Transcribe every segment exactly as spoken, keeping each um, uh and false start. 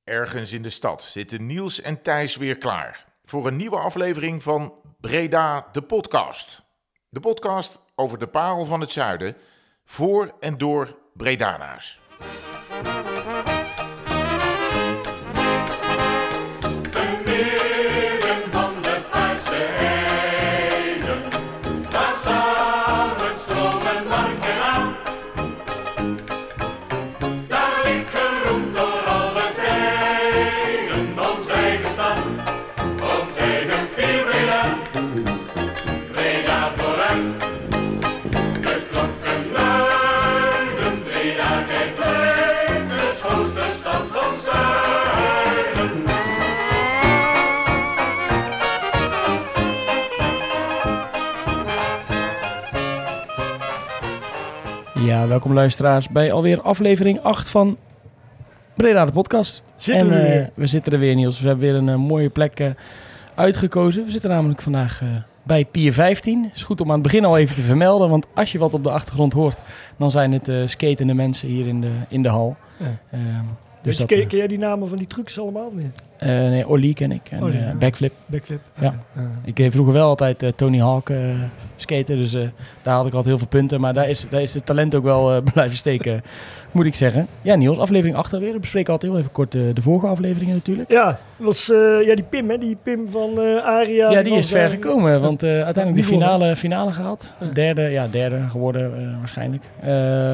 Ergens in de stad zitten Niels en Thijs weer klaar voor een nieuwe aflevering van Breda de podcast. De podcast over de parel van het zuiden, voor en door Bredanaars. Ja, welkom luisteraars bij alweer aflevering acht van Breda de podcast. Zitten en, we uh, weer. we zitten er weer, Niels. We hebben weer een uh, mooie plek uh, uitgekozen. We zitten namelijk vandaag uh, bij Pier vijftien. Het is goed om aan het begin al even te vermelden, want als je wat op de achtergrond hoort, dan zijn het uh, skatende mensen hier in de, in de hal. Ja. Uh, Dus dat, ken, uh, ken jij die namen van die trucs allemaal? Nee. uh, nee, Ollie ken ik. En Ollie, uh, ja. backflip. Backflip. Ja. Uh, uh. Ik deed vroeger wel altijd uh, Tony Hawk uh, skaten, dus uh, daar had ik altijd heel veel punten. Maar daar is, daar is het talent ook wel uh, blijven steken, moet ik zeggen. Ja, Niels, aflevering acht alweer. We bespreken altijd heel even kort uh, de vorige afleveringen natuurlijk. Ja, was, uh, ja, die Pim, hè? Die Pim van uh, Aria. Ja, die is ver daar, gekomen, want uh, uiteindelijk de die finale, finale gehaald. Ja. Derde, ja, derde geworden uh, waarschijnlijk. Uh,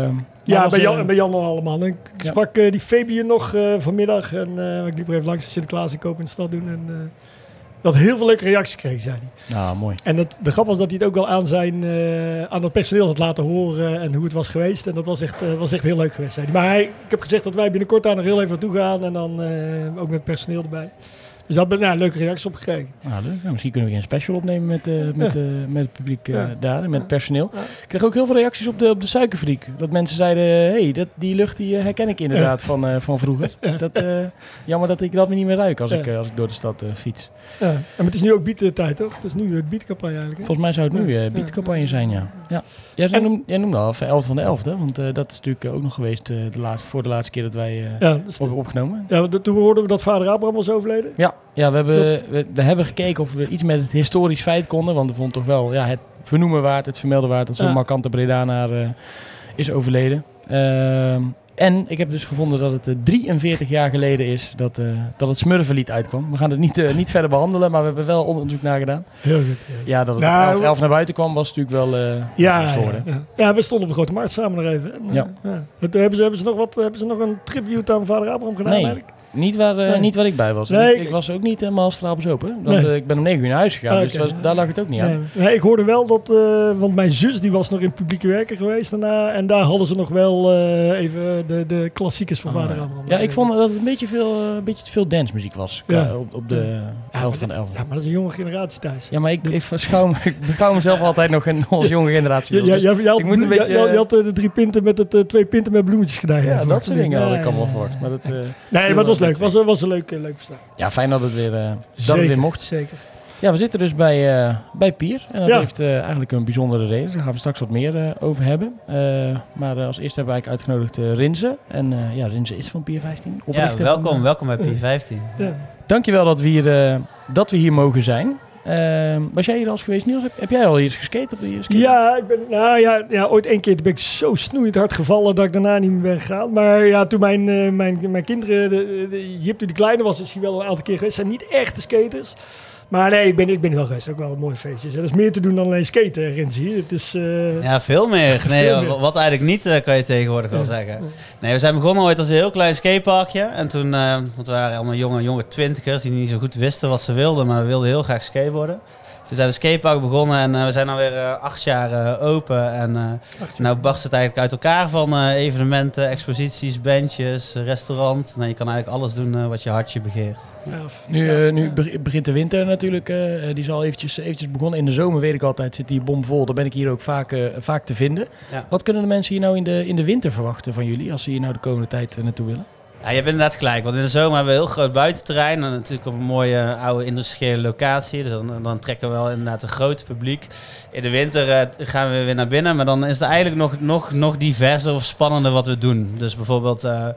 Ja, was, bij Jan, uh, en bij Jan allemaal. En ik ja. sprak uh, die Fabian nog uh, vanmiddag. En uh, ik liep er even langs de Sinterklaas inkoop in de stad doen. En uh, dat heel veel leuke reacties kreeg, zei hij. Nou, mooi. En het, de grap was dat hij het ook wel aan zijn uh, aan het personeel had laten horen en hoe het was geweest. En dat was echt, uh, was echt heel leuk geweest, zei hij. Maar hij, ik heb gezegd dat wij binnenkort daar nog heel even naartoe gaan. En dan uh, ook met personeel erbij. Dus daar hebben we nou, leuke reacties op gekregen. Nou, leuk. Ja, misschien kunnen we een special opnemen met, uh, met, Ja. uh, met het publiek uh, Ja. daar en met het personeel. Ja. Ik kreeg ook heel veel reacties op de, op de suikerfriek. Dat mensen zeiden, hey, dat, die lucht die uh, herken ik inderdaad van, uh, van vroeger. Dat, uh, jammer dat ik dat me niet meer ruik als, Ja. ik, uh, als ik door de stad uh, fiets. Ja. En het is nu ook biedtijd, toch? Het is nu de biedcampagne eigenlijk. Hè? Volgens mij zou het nu Ja. uh, biedcampagne zijn, ja. ja. Jij, En- noemde, jij noemde al even elf van de elfde, want uh, dat is natuurlijk uh, ook nog geweest uh, de laatste, voor de laatste keer dat wij uh, Ja, dus hebben opgenomen. ja, want toen hoorden we dat vader Abraham was overleden. Ja, ja we, hebben, we, we hebben gekeken of we iets met het historisch feit konden. Want we vonden toch wel ja, het vernoemen waard, het vermelden waard dat zo'n Ja. markante Bredanaar uh, is overleden. Uh, en ik heb dus gevonden dat het uh, drieënveertig jaar geleden is dat, uh, dat het Smurfenlied uitkwam. We gaan het niet, uh, niet verder behandelen, maar we hebben wel onderzoek naar gedaan. Heel goed. Ja, Ja, dat het Nou, op elf, elf naar buiten kwam was natuurlijk wel uh, ja, gestoord, ja, hè? ja. Ja, we stonden op de Grote Markt samen nog even. En, uh, Ja. ja. En toen hebben ze, hebben, ze nog wat, hebben ze nog een tribute aan vader Abraham gedaan Nee. eigenlijk? Niet waar, uh, Nee. niet waar ik bij was. Nee, ik, ik ik- was ook niet helemaal straalbes open. Want Nee. uh, ik ben om negen uur naar huis gegaan, Ah, dus oké. was, daar lag het ook niet aan. Nee, nee, ik hoorde wel dat, uh, want mijn zus die was nog in publieke werken geweest daarna. En daar hadden ze nog wel uh, even de, de klassiekers van Oh, vader ja. Abraham. Ja, ik vond dat het een beetje, veel, uh, een beetje te veel dancemuziek was qua- Ja. op, op de Ja, helft van de elf. Ja, maar dat is een jonge generatie thuis. Ja, maar ik, ik, beschouw, me- ik beschouw mezelf altijd nog een als jonge generatie. Ja, ja, Dus ja, je had, ik moet een bloe- beetje, je, je had uh, de drie pinten met het uh, twee pinten met bloemetjes gedaan. ja, voor- dat soort dingen had ik Ja, allemaal ja, voor. ja. Maar dat, uh, Nee, maar het was leuk. Het was, was, was een leuk, uh, leuk verstaan. ja, fijn dat het weer, uh, dat Zeker, het weer mocht. Zeker. Ja, we zitten dus bij, uh, bij Pier. En dat Ja. heeft uh, eigenlijk een bijzondere reden. Daar gaan we straks wat meer uh, over hebben. Uh, maar uh, als eerste hebben wij eigenlijk uitgenodigd uh, Rinze. En uh, ja, Rinze is van Pier vijftien. Ja, oprichter welkom, van, uh, welkom bij Pier vijftien. Ja. Dankjewel dat we hier, uh, dat we hier mogen zijn. Uh, was jij hier al eens geweest, Niels? Heb, heb jij al hier eens geskate op die skate? Ja, ik ben, nou ja, ja, ooit één keer ben ik zo snoeiend hard gevallen dat ik daarna niet meer ben gegaan. Maar ja, toen mijn, uh, mijn, mijn kinderen, de, de, Jip toen die kleine was, is hij wel een aantal keer geweest. Zijn niet echte skaters. Maar nee, ik ben, ik ben wel geweest. Ook wel een mooi feestje. Er is meer te doen dan alleen skaten, Rinzi. Het is... Uh, Ja, veel meer. Nee, Veel meer. Wat eigenlijk niet, uh, kan je tegenwoordig wel Ja. zeggen. Nee, we zijn begonnen ooit als een heel klein skateparkje. En toen, uh, want we waren allemaal jonge, jonge twintigers die niet zo goed wisten wat ze wilden, maar we wilden heel graag skateboarden. Toen zijn we skatepark begonnen en uh, we zijn alweer uh, acht jaar uh, open. En uh, nou barst het eigenlijk uit elkaar van uh, evenementen, exposities, bandjes, restaurant. Nou, je kan eigenlijk alles doen uh, wat je hartje begeert. ja, Nu, uh, nu be- begint de winter natuurlijk. Uh, die is al eventjes, eventjes begonnen. In de zomer weet ik altijd, zit die bomvol. Dan ben ik hier ook vaak, uh, vaak te vinden. Ja. Wat kunnen de mensen hier nou in de, in de winter verwachten van jullie? Als ze hier nou de komende tijd uh, naartoe willen? Ja, je bent inderdaad gelijk. Want in de zomer hebben we een heel groot buitenterrein. En natuurlijk op een mooie oude industriële locatie. Dus dan, dan trekken we wel inderdaad een groot publiek. In de winter uh, gaan we weer naar binnen. Maar dan is het eigenlijk nog, nog, nog diverser of spannender wat we doen. Dus bijvoorbeeld... Uh,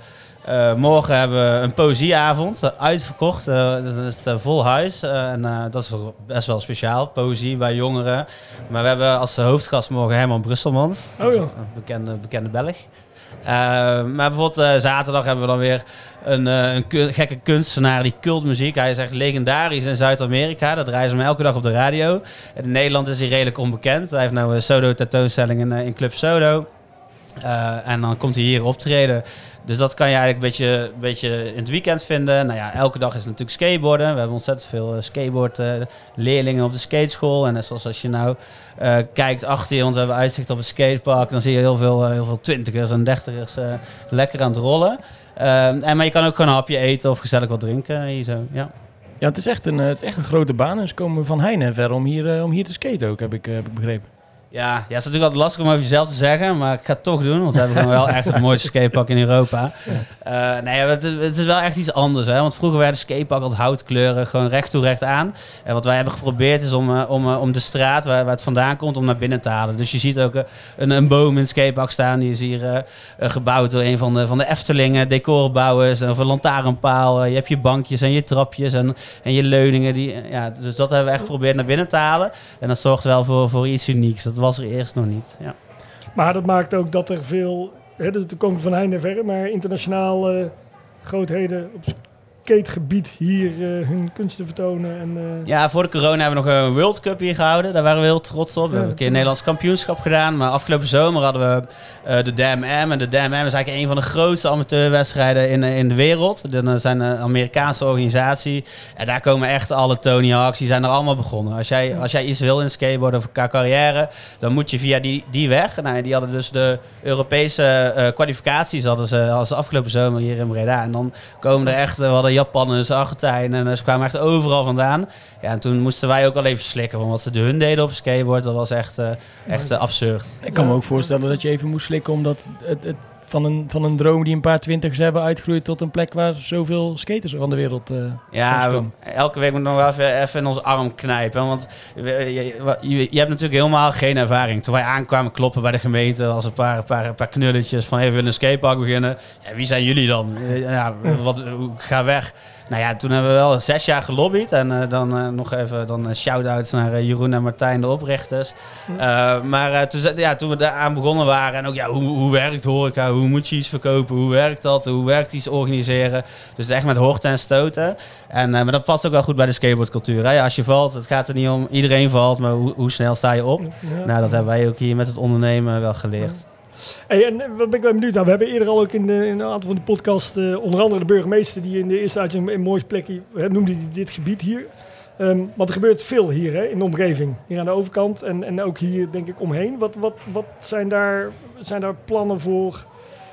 Uh, morgen hebben we een poëzieavond, uh, uitverkocht. Uh, dat is uh, vol huis. Uh, en uh, dat is best wel speciaal, poëzie bij jongeren. Maar we hebben als hoofdgast morgen Herman Brusselmans. Oh, ja. Een bekende, bekende Belg. Uh, maar bijvoorbeeld uh, zaterdag hebben we dan weer een, uh, een ku- gekke kunstenaar die cultmuziek. Hij is echt legendarisch in Zuid-Amerika. Dat draaien ze hem elke dag op de radio. En in Nederland is hij redelijk onbekend. Hij heeft nou een Sodo-tentoonstelling in, uh, in Club Sodo. Uh, en dan komt hij hier optreden. Dus dat kan je eigenlijk een beetje, een beetje in het weekend vinden. Nou ja, elke dag is het natuurlijk skateboarden. We hebben ontzettend veel skateboardleerlingen uh, op de skateschool. En net zoals als je nou uh, kijkt achter je, want we hebben uitzicht op een skatepark, dan zie je heel veel, uh, heel veel twintigers en dertigers uh, lekker aan het rollen. Uh, en, maar je kan ook gewoon een hapje eten of gezellig wat drinken hier zo, ja. Ja, het is echt een, het is echt een grote baan. En ze komen van heine en ver om hier, uh, om hier te skaten ook, heb ik, uh, heb ik begrepen. Ja, ja, het is natuurlijk altijd lastig om over jezelf te zeggen, maar ik ga het toch doen, want we hebben gewoon wel echt het mooiste skatepark in Europa. Uh, nee, het is, het is wel echt iets anders, hè? Want vroeger werden skatepark altijd houtkleurig, gewoon recht toe recht aan. En wat wij hebben geprobeerd is om, uh, om, uh, om de straat waar, waar het vandaan komt, om naar binnen te halen. Dus je ziet ook uh, een, een boom in het skatepark staan, die is hier uh, uh, gebouwd door een van de, van de Eftelingen, decorbouwers, of een lantaarnpaal. Uh, je hebt je bankjes en je trapjes en, en je leuningen. Die, uh, ja, dus dat hebben we echt geprobeerd naar binnen te halen. En dat zorgt wel voor, voor iets unieks. Dat was er eerst nog niet. Ja. Maar dat maakt ook dat er veel, hè, dus er komen van heinde en verre, maar internationaal uh, grootheden op skategebied hier uh, hun kunsten vertonen. En, uh... Ja, voor de corona hebben we nog een World Cup hier gehouden. Daar waren we heel trots op. We ja. hebben een keer een Nederlands kampioenschap gedaan. Maar afgelopen zomer hadden we uh, de D M M. En de D M M is eigenlijk een van de grootste amateurwedstrijden in, in de wereld. Dat zijn een Amerikaanse organisatie. En daar komen echt alle Tony Hawks. Die zijn er allemaal begonnen. Als jij, als jij iets wil in skateboarden of qua carrière, dan moet je via die, die weg. Nou, die hadden dus de Europese uh, kwalificaties hadden ze als de afgelopen zomer hier in Breda. En dan komen er echt, we hadden Japanners, Argentijnen, en ze kwamen echt overal vandaan. Ja, en toen moesten wij ook al even slikken van wat ze hun deden op een skateboard. Dat was echt, uh, echt uh, absurd. Ik kan me ook voorstellen dat je even moest slikken, omdat het, het van een, van een droom die een paar twintigers hebben uitgegroeid tot een plek waar zoveel skaters van de wereld uh, ja, we, elke week moet nog wel even, even in ons arm knijpen. Want je, je, je, je hebt natuurlijk helemaal geen ervaring. Toen wij aankwamen kloppen bij de gemeente als een paar, paar, paar knulletjes van hey, we willen een skatepark beginnen. Ja, wie zijn jullie dan? Ja, wat, ga weg. Nou ja, toen hebben we wel zes jaar gelobbyd. En uh, dan uh, nog even dan, uh, shout-outs naar uh, Jeroen en Martijn, de oprichters. Uh, maar uh, toen, ja, toen we daaraan begonnen waren en ook ja, hoe, hoe werkt horeca? Hoe moet je iets verkopen? Hoe werkt dat? Hoe werkt iets organiseren? Dus echt met horten en stoten. En, uh, maar dat past ook wel goed bij de skateboardcultuur. Hè? Ja, als je valt, het gaat er niet om iedereen valt, maar hoe, hoe snel sta je op? Ja. Nou, dat hebben wij ook hier met het ondernemen wel geleerd. Ja. Hey, en wat ben ik wel benieuwd naar? We hebben eerder al ook in, de, in een aantal van de podcast, uh, onder andere de burgemeester die in de eerste uitzending een, een mooi plekje hè, noemde die dit gebied hier. Um, want er gebeurt veel hier hè, in de omgeving, hier aan de overkant en, en ook hier denk ik omheen. Wat, wat, wat zijn, daar, zijn daar plannen voor?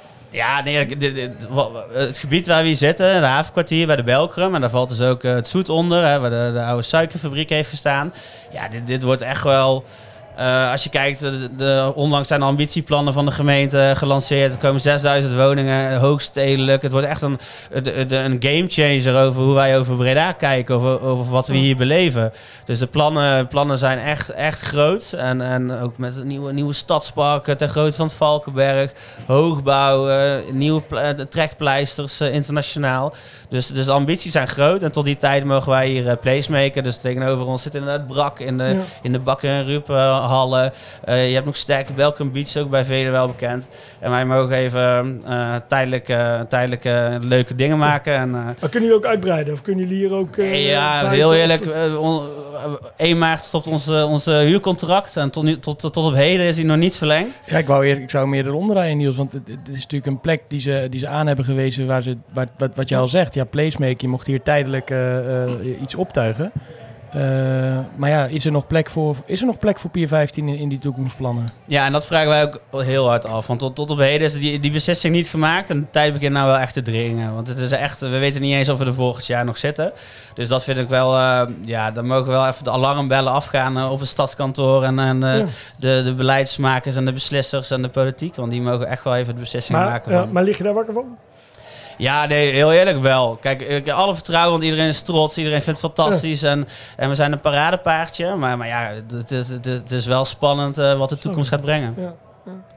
Ja, nee, dit, dit, het gebied waar we hier zitten, de havenkwartier bij de Belkrum, en daar valt dus ook uh, het Zoet onder, hè, waar de, de oude suikerfabriek heeft gestaan. Ja, dit, dit wordt echt wel... Uh, als je kijkt, de, de, onlangs zijn de ambitieplannen van de gemeente gelanceerd. Er komen zesduizend woningen, hoogstedelijk. Het wordt echt een, de, de, een gamechanger over hoe wij over Breda kijken, over, over wat we hier beleven. Dus de plannen, plannen zijn echt, echt groot. En, en ook met een nieuwe, nieuwe stadsparken ter grootte van het Valkenberg, hoogbouw, uh, nieuwe ple- trekpleisters uh, internationaal. Dus, dus de ambities zijn groot. En tot die tijd mogen wij hier uh, placemaken. Dus tegenover ons zit inderdaad Brak in de, ja. in de Bakker en Ruup uh, hallen. Uh, je hebt nog sterke Belkrum Beach, ook bij velen wel bekend. En wij mogen even uh, tijdelijk, uh, tijdelijk uh, leuke dingen maken. En, uh, maar kunnen jullie ook uitbreiden? Of kunnen jullie hier ook... Uh, ja, heel eerlijk. Uh, on, één maart stopt ons, uh, ons uh, huurcontract. En tot, nu, tot, tot op heden is hij nog niet verlengd. Ja, ik, wou eerst, ik zou meer eronder rijden, Niels. Want het, het is natuurlijk een plek die ze, die ze aan hebben gewezen. Waar ze, waar, wat, wat je al zegt. Ja, placemaking. Je mocht hier tijdelijk uh, uh, iets optuigen. Uh, maar ja, is er nog plek voor, is er nog plek voor Pier vijftien in, in die toekomstplannen? Ja, en dat vragen wij ook heel hard af. Want tot, tot op heden is die, die beslissing niet gemaakt. En de tijd begint nou wel echt te dringen. Want het is echt, we weten niet eens of we er volgend jaar nog zitten. Dus dat vind ik wel, uh, ja, dan mogen we wel even de alarmbellen afgaan uh, op het stadskantoor. En, en uh, ja. de, de beleidsmakers en de beslissers en de politiek. Want die mogen echt wel even de beslissing maar, maken. Ja, van. maar lig je daar wakker van? Ja, nee, heel eerlijk wel. Kijk, ik heb alle vertrouwen, want iedereen is trots. Iedereen vindt het fantastisch. Ja. En, en we zijn een paradepaardje. Maar, maar ja, het is, het is wel spannend uh, wat de toekomst gaat brengen. Ja, ja.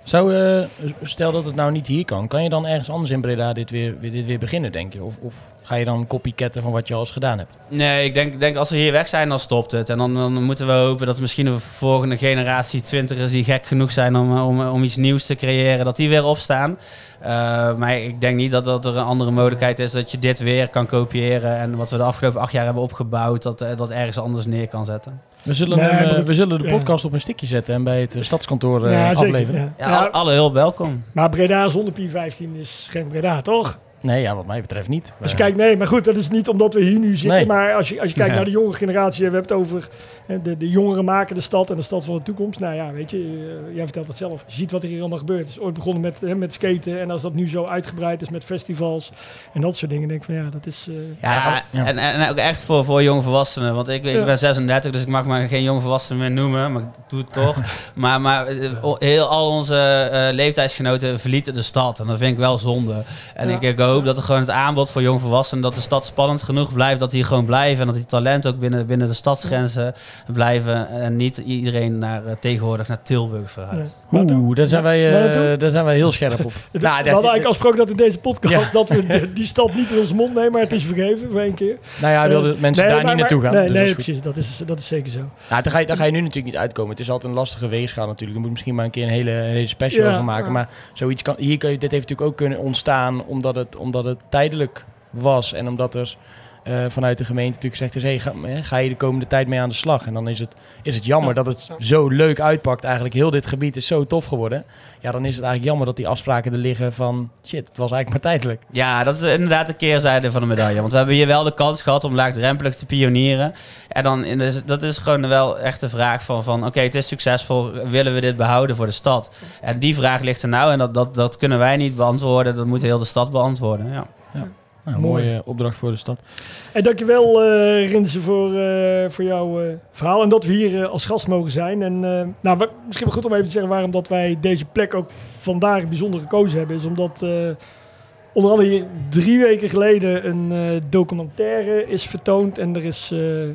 Zou, uh, stel dat het nou niet hier kan, kan je dan ergens anders in Breda dit weer, weer, dit weer beginnen, denk je? Of, of ga je dan copycatten van wat je al eens gedaan hebt? Nee, ik denk, denk als we hier weg zijn, dan stopt het. En dan, dan moeten we hopen dat misschien de volgende generatie twintigers die gek genoeg zijn om, om, om iets nieuws te creëren, dat die weer opstaan. Uh, maar ik denk niet dat, dat er een andere mogelijkheid is dat je dit weer kan kopiëren. En wat we de afgelopen acht jaar hebben opgebouwd, dat, dat ergens anders neer kan zetten. We zullen, nee, hem, uh, het, we zullen de podcast ja. op een stickje zetten en bij het uh, stadskantoor uh, ja, afleveren. Zeker, ja. Ja, ja, alle, alle hulp welkom. Maar Breda zonder Pier vijftien is geen Breda, toch? Nee, ja, wat mij betreft niet. Als je kijkt, nee, maar goed, dat is niet omdat we hier nu zitten. Nee. Maar als je, als je kijkt Ja. naar de jonge generatie, we hebben het over hè, de, de jongeren maken de stad en de stad van de toekomst. Nou ja, weet je, uh, jij vertelt het zelf. Je ziet wat er hier allemaal gebeurt. Het is ooit begonnen met, hè, met skaten en als dat nu zo uitgebreid is met festivals en dat soort dingen, denk ik van ja, dat is... Uh, Ja, ja. En, en ook echt voor, voor jonge volwassenen. Want ik, ik Ja. ben zesendertig, dus ik mag me geen jonge volwassenen meer noemen. Maar ik doe het toch. maar maar uh, heel, al onze uh, leeftijdsgenoten verlieten de stad. En dat vind ik wel zonde. En Ja. ik, ik hoop dat er gewoon het aanbod voor jong volwassenen, dat de stad spannend genoeg blijft, dat die hier gewoon blijven. En dat die talenten ook binnen, binnen de stadsgrenzen blijven. En niet iedereen naar, uh, tegenwoordig naar Tilburg verhuist. Ja. Oeh, daar zijn, wij, Maar uh, dat doen- daar zijn wij heel scherp op. Het, Nou, we dat- hadden eigenlijk afgesproken dat in deze podcast Ja. dat we de- die stad niet in onze mond nemen, maar het is vergeven voor één keer. Nou ja, wilden Uh, mensen nee, daar maar- niet naartoe maar- gaan. Nee, dus nee dat is goed. precies. Dat is, dat is zeker zo. Nou, daar, ga je, daar ga je nu natuurlijk niet uitkomen. Het is altijd een lastige weegschaal natuurlijk. Je moet misschien maar een keer een hele, een hele special Ja, van maken. ja. Maar zoiets kan, hier kan je, dit heeft natuurlijk ook kunnen ontstaan omdat het, omdat het tijdelijk was. En omdat er uh, vanuit de gemeente natuurlijk gezegd is, hey, ga, hè, ga je de komende tijd mee aan de slag? En dan is het, is het jammer Ja. dat het zo leuk uitpakt. Eigenlijk heel dit gebied is zo tof geworden. Ja, dan is het eigenlijk jammer dat die afspraken er liggen van, shit, het was eigenlijk maar tijdelijk. Ja, dat is inderdaad de keerzijde van de medaille. Want we hebben hier wel de kans gehad om laagdrempelig te pionieren. En dan in de, dat is gewoon wel echt de vraag van, van oké, okay, het is succesvol. Willen we dit behouden voor de stad? En die vraag ligt er nou. En dat, dat, dat kunnen wij niet beantwoorden. Dat moet heel de stad beantwoorden. Ja. Nou, Mooi. mooie opdracht voor de stad. En dankjewel uh, Rinse voor, uh, voor jouw uh, verhaal en dat we hier uh, als gast mogen zijn. En uh, nou, wat, misschien wel goed om even te zeggen waarom dat wij deze plek ook vandaag bijzonder gekozen hebben. Is omdat uh, onder andere hier drie weken geleden een uh, documentaire is vertoond. En er is uh, uh, uh,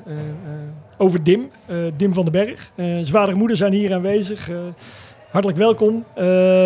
over Dim, uh, Dim van den Berg. Uh, zijn vader en moeder zijn hier aanwezig. Uh, hartelijk welkom uh,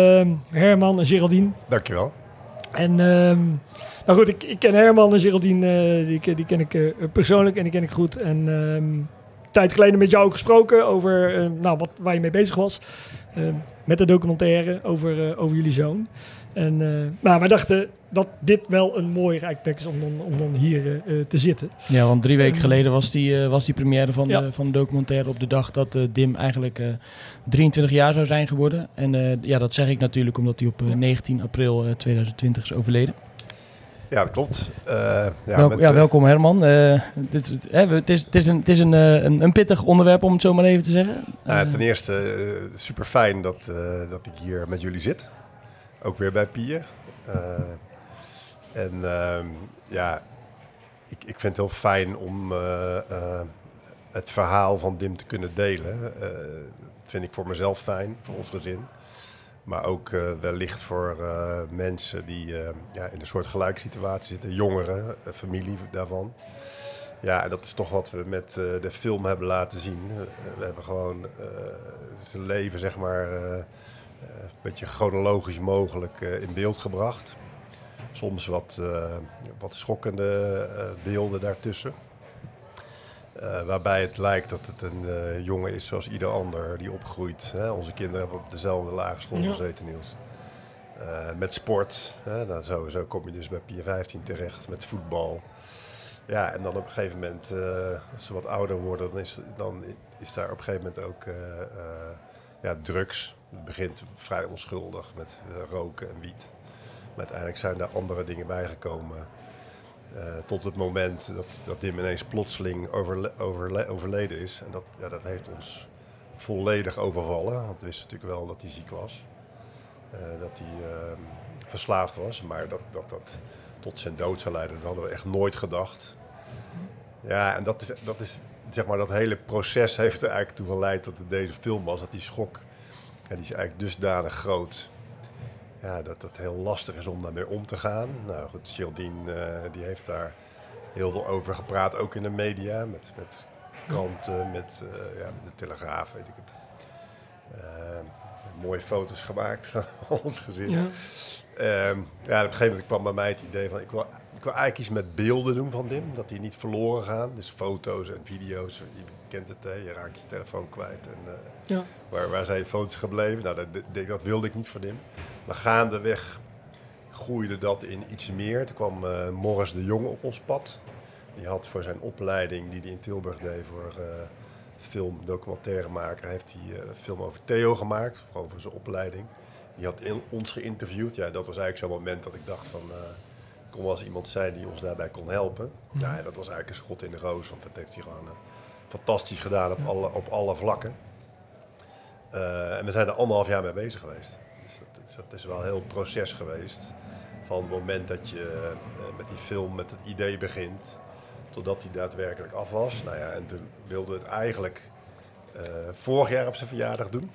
Herman en Geraldine. Dankjewel. En um, nou goed, ik, ik ken Herman en Geraldine, uh, die, die ken ik uh, persoonlijk en die ken ik goed. En um, een tijd geleden met jou ook gesproken over uh, nou, wat, waar je mee bezig was. Uh, met de documentaire over, uh, over jullie zoon. En uh, nou, wij dachten dat dit wel een mooie rijkplek is om dan, om dan hier uh, te zitten. Ja, want drie weken geleden was die, uh, was die première van, Ja. de, van de documentaire op de dag dat uh, Dim eigenlijk uh, drieëntwintig jaar zou zijn geworden. En uh, ja, dat zeg ik natuurlijk omdat hij op uh, negentien april uh, tweeduizend twintig is overleden. Ja, dat klopt. Uh, ja, Wel, met, ja, uh, welkom Herman. Uh, dit, is- hè, het is, het is, een, het is een, uh, een, een pittig onderwerp om het zo maar even te zeggen. nou ja, Uh, ten eerste uh, super fijn dat, uh, dat ik hier met jullie zit. Ook weer bij Pier. Uh, en uh, ja, ik, ik vind het heel fijn om uh, uh, het verhaal van Dim te kunnen delen. Uh, dat vind ik voor mezelf fijn, voor ons gezin. Maar ook uh, wellicht voor uh, mensen die uh, ja, in een soort gelijke situatie zitten. Jongeren, uh, familie daarvan. Ja, en dat is toch wat we met uh, de film hebben laten zien. Uh, we hebben gewoon uh, zijn leven, zeg maar, uh, uh, een beetje chronologisch mogelijk uh, in beeld gebracht. Soms wat, uh, wat schokkende uh, beelden daartussen. Uh, waarbij het lijkt dat het een uh, jongen is zoals ieder ander die opgroeit. Hè? Onze kinderen hebben op dezelfde lagere school Ja. gezeten, Niels. Uh, met sport, hè? Nou, sowieso kom je dus bij Pier vijftien terecht, met voetbal. Ja, en dan op een gegeven moment, uh, als ze wat ouder worden, dan is, dan is daar op een gegeven moment ook uh, uh, ja, drugs. Het begint vrij onschuldig met uh, roken en wiet. Maar uiteindelijk zijn daar andere dingen bijgekomen. Uh, tot het moment dat, dat Dim ineens plotseling overle- overle- overleden is. En dat, ja, dat heeft ons volledig overvallen. Want we wisten natuurlijk wel dat hij ziek was. Uh, dat hij uh, verslaafd was. Maar dat, dat dat tot zijn dood zou leiden, dat hadden we echt nooit gedacht. Ja, en dat is, dat is, zeg maar, dat hele proces heeft er eigenlijk toe geleid dat het deze film was. Dat die schok, ja, die is eigenlijk dusdanig groot. Ja, dat het heel lastig is om daarmee om te gaan. Nou goed, Geraldine uh, die heeft daar heel veel over gepraat, ook in de media, met, met kranten, met, uh, ja, met de Telegraaf, weet ik het. Uh, mooie foto's gemaakt van ons gezin. Ja. Um, ja, op een gegeven moment kwam bij mij het idee van... Ik wil, ik wil eigenlijk iets met beelden doen van Dim. Dat die niet verloren gaan. Dus foto's en video's. Je kent het, hè? Je raakt je telefoon kwijt. En, uh, Ja. waar, waar zijn je foto's gebleven? Nou, dat, dat, dat wilde ik niet voor Dim. Maar gaandeweg groeide dat in iets meer. Toen kwam uh, Morris de Jong op ons pad. Die had voor zijn opleiding, die hij in Tilburg deed... voor uh, film, documentairemaker... heeft hij uh, een film over Theo gemaakt. Gewoon voor zijn opleiding. Die had in, ons geïnterviewd. Ja, dat was eigenlijk zo'n moment dat ik dacht van... Uh, kon wel eens iemand zijn die ons daarbij kon helpen. Ja, ja, dat was eigenlijk een schot in de roos. Want dat heeft hij gewoon uh, fantastisch gedaan op, ja. alle, op alle vlakken. Uh, en we zijn er anderhalf jaar mee bezig geweest. Dus dat, dus dat is wel een heel proces geweest. Van het moment dat je uh, met die film, met het idee begint... totdat die daadwerkelijk af was. Nou ja, en toen wilden we het eigenlijk uh, vorig jaar op zijn verjaardag doen.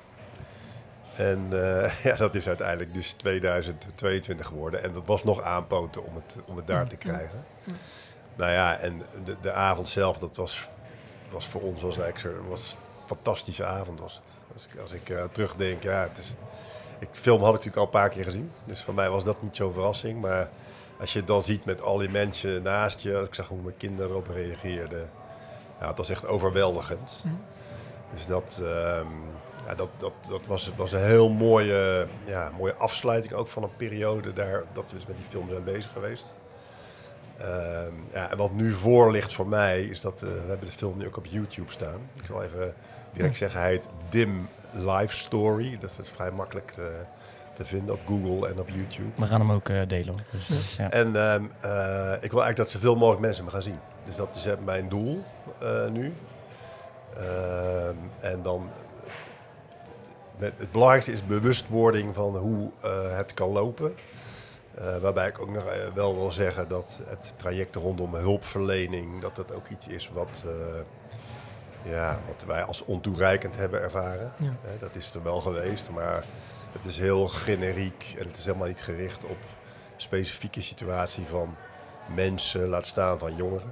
En uh, ja, dat is uiteindelijk dus tweeduizend tweeëntwintig geworden. En dat was nog aanpoten om het, om het daar te krijgen. Ja. Nou ja, en de, de avond zelf, dat was, was voor ons was eigenlijk zo, was een fantastische avond was het. Als ik, als ik uh, terugdenk, ja, het is... Ik, film had ik natuurlijk al een paar keer gezien. Dus voor mij was dat niet zo'n verrassing. Maar als je het dan ziet met al die mensen naast je... Ik zag hoe mijn kinderen erop reageerden. Ja, het was echt overweldigend. Mm. Dus dat... Um, Ja, dat, dat, dat was, was een heel mooie, ja, mooie afsluiting ook van een periode daar, dat we dus met die film zijn bezig geweest. Uh, ja, en wat nu voor ligt voor mij is dat, uh, we hebben de film nu ook op YouTube staan. Ik zal even direct zeggen, hij heet Dim Life Story. Dat is vrij makkelijk te, te vinden op Google en op YouTube. We gaan hem ook uh, delen. Dus, ja. En uh, uh, ik wil eigenlijk dat zoveel mogelijk mensen me gaan zien. Dus dat is mijn doel uh, nu. Uh, en dan... Het belangrijkste is bewustwording van hoe uh, het kan lopen. Uh, waarbij ik ook nog uh, wel wil zeggen dat het traject rondom hulpverlening... dat dat ook iets is wat, uh, ja, wat wij als ontoereikend hebben ervaren. Ja. Uh, dat is er wel geweest, maar het is heel generiek... en het is helemaal niet gericht op specifieke situatie van mensen... laat staan van jongeren.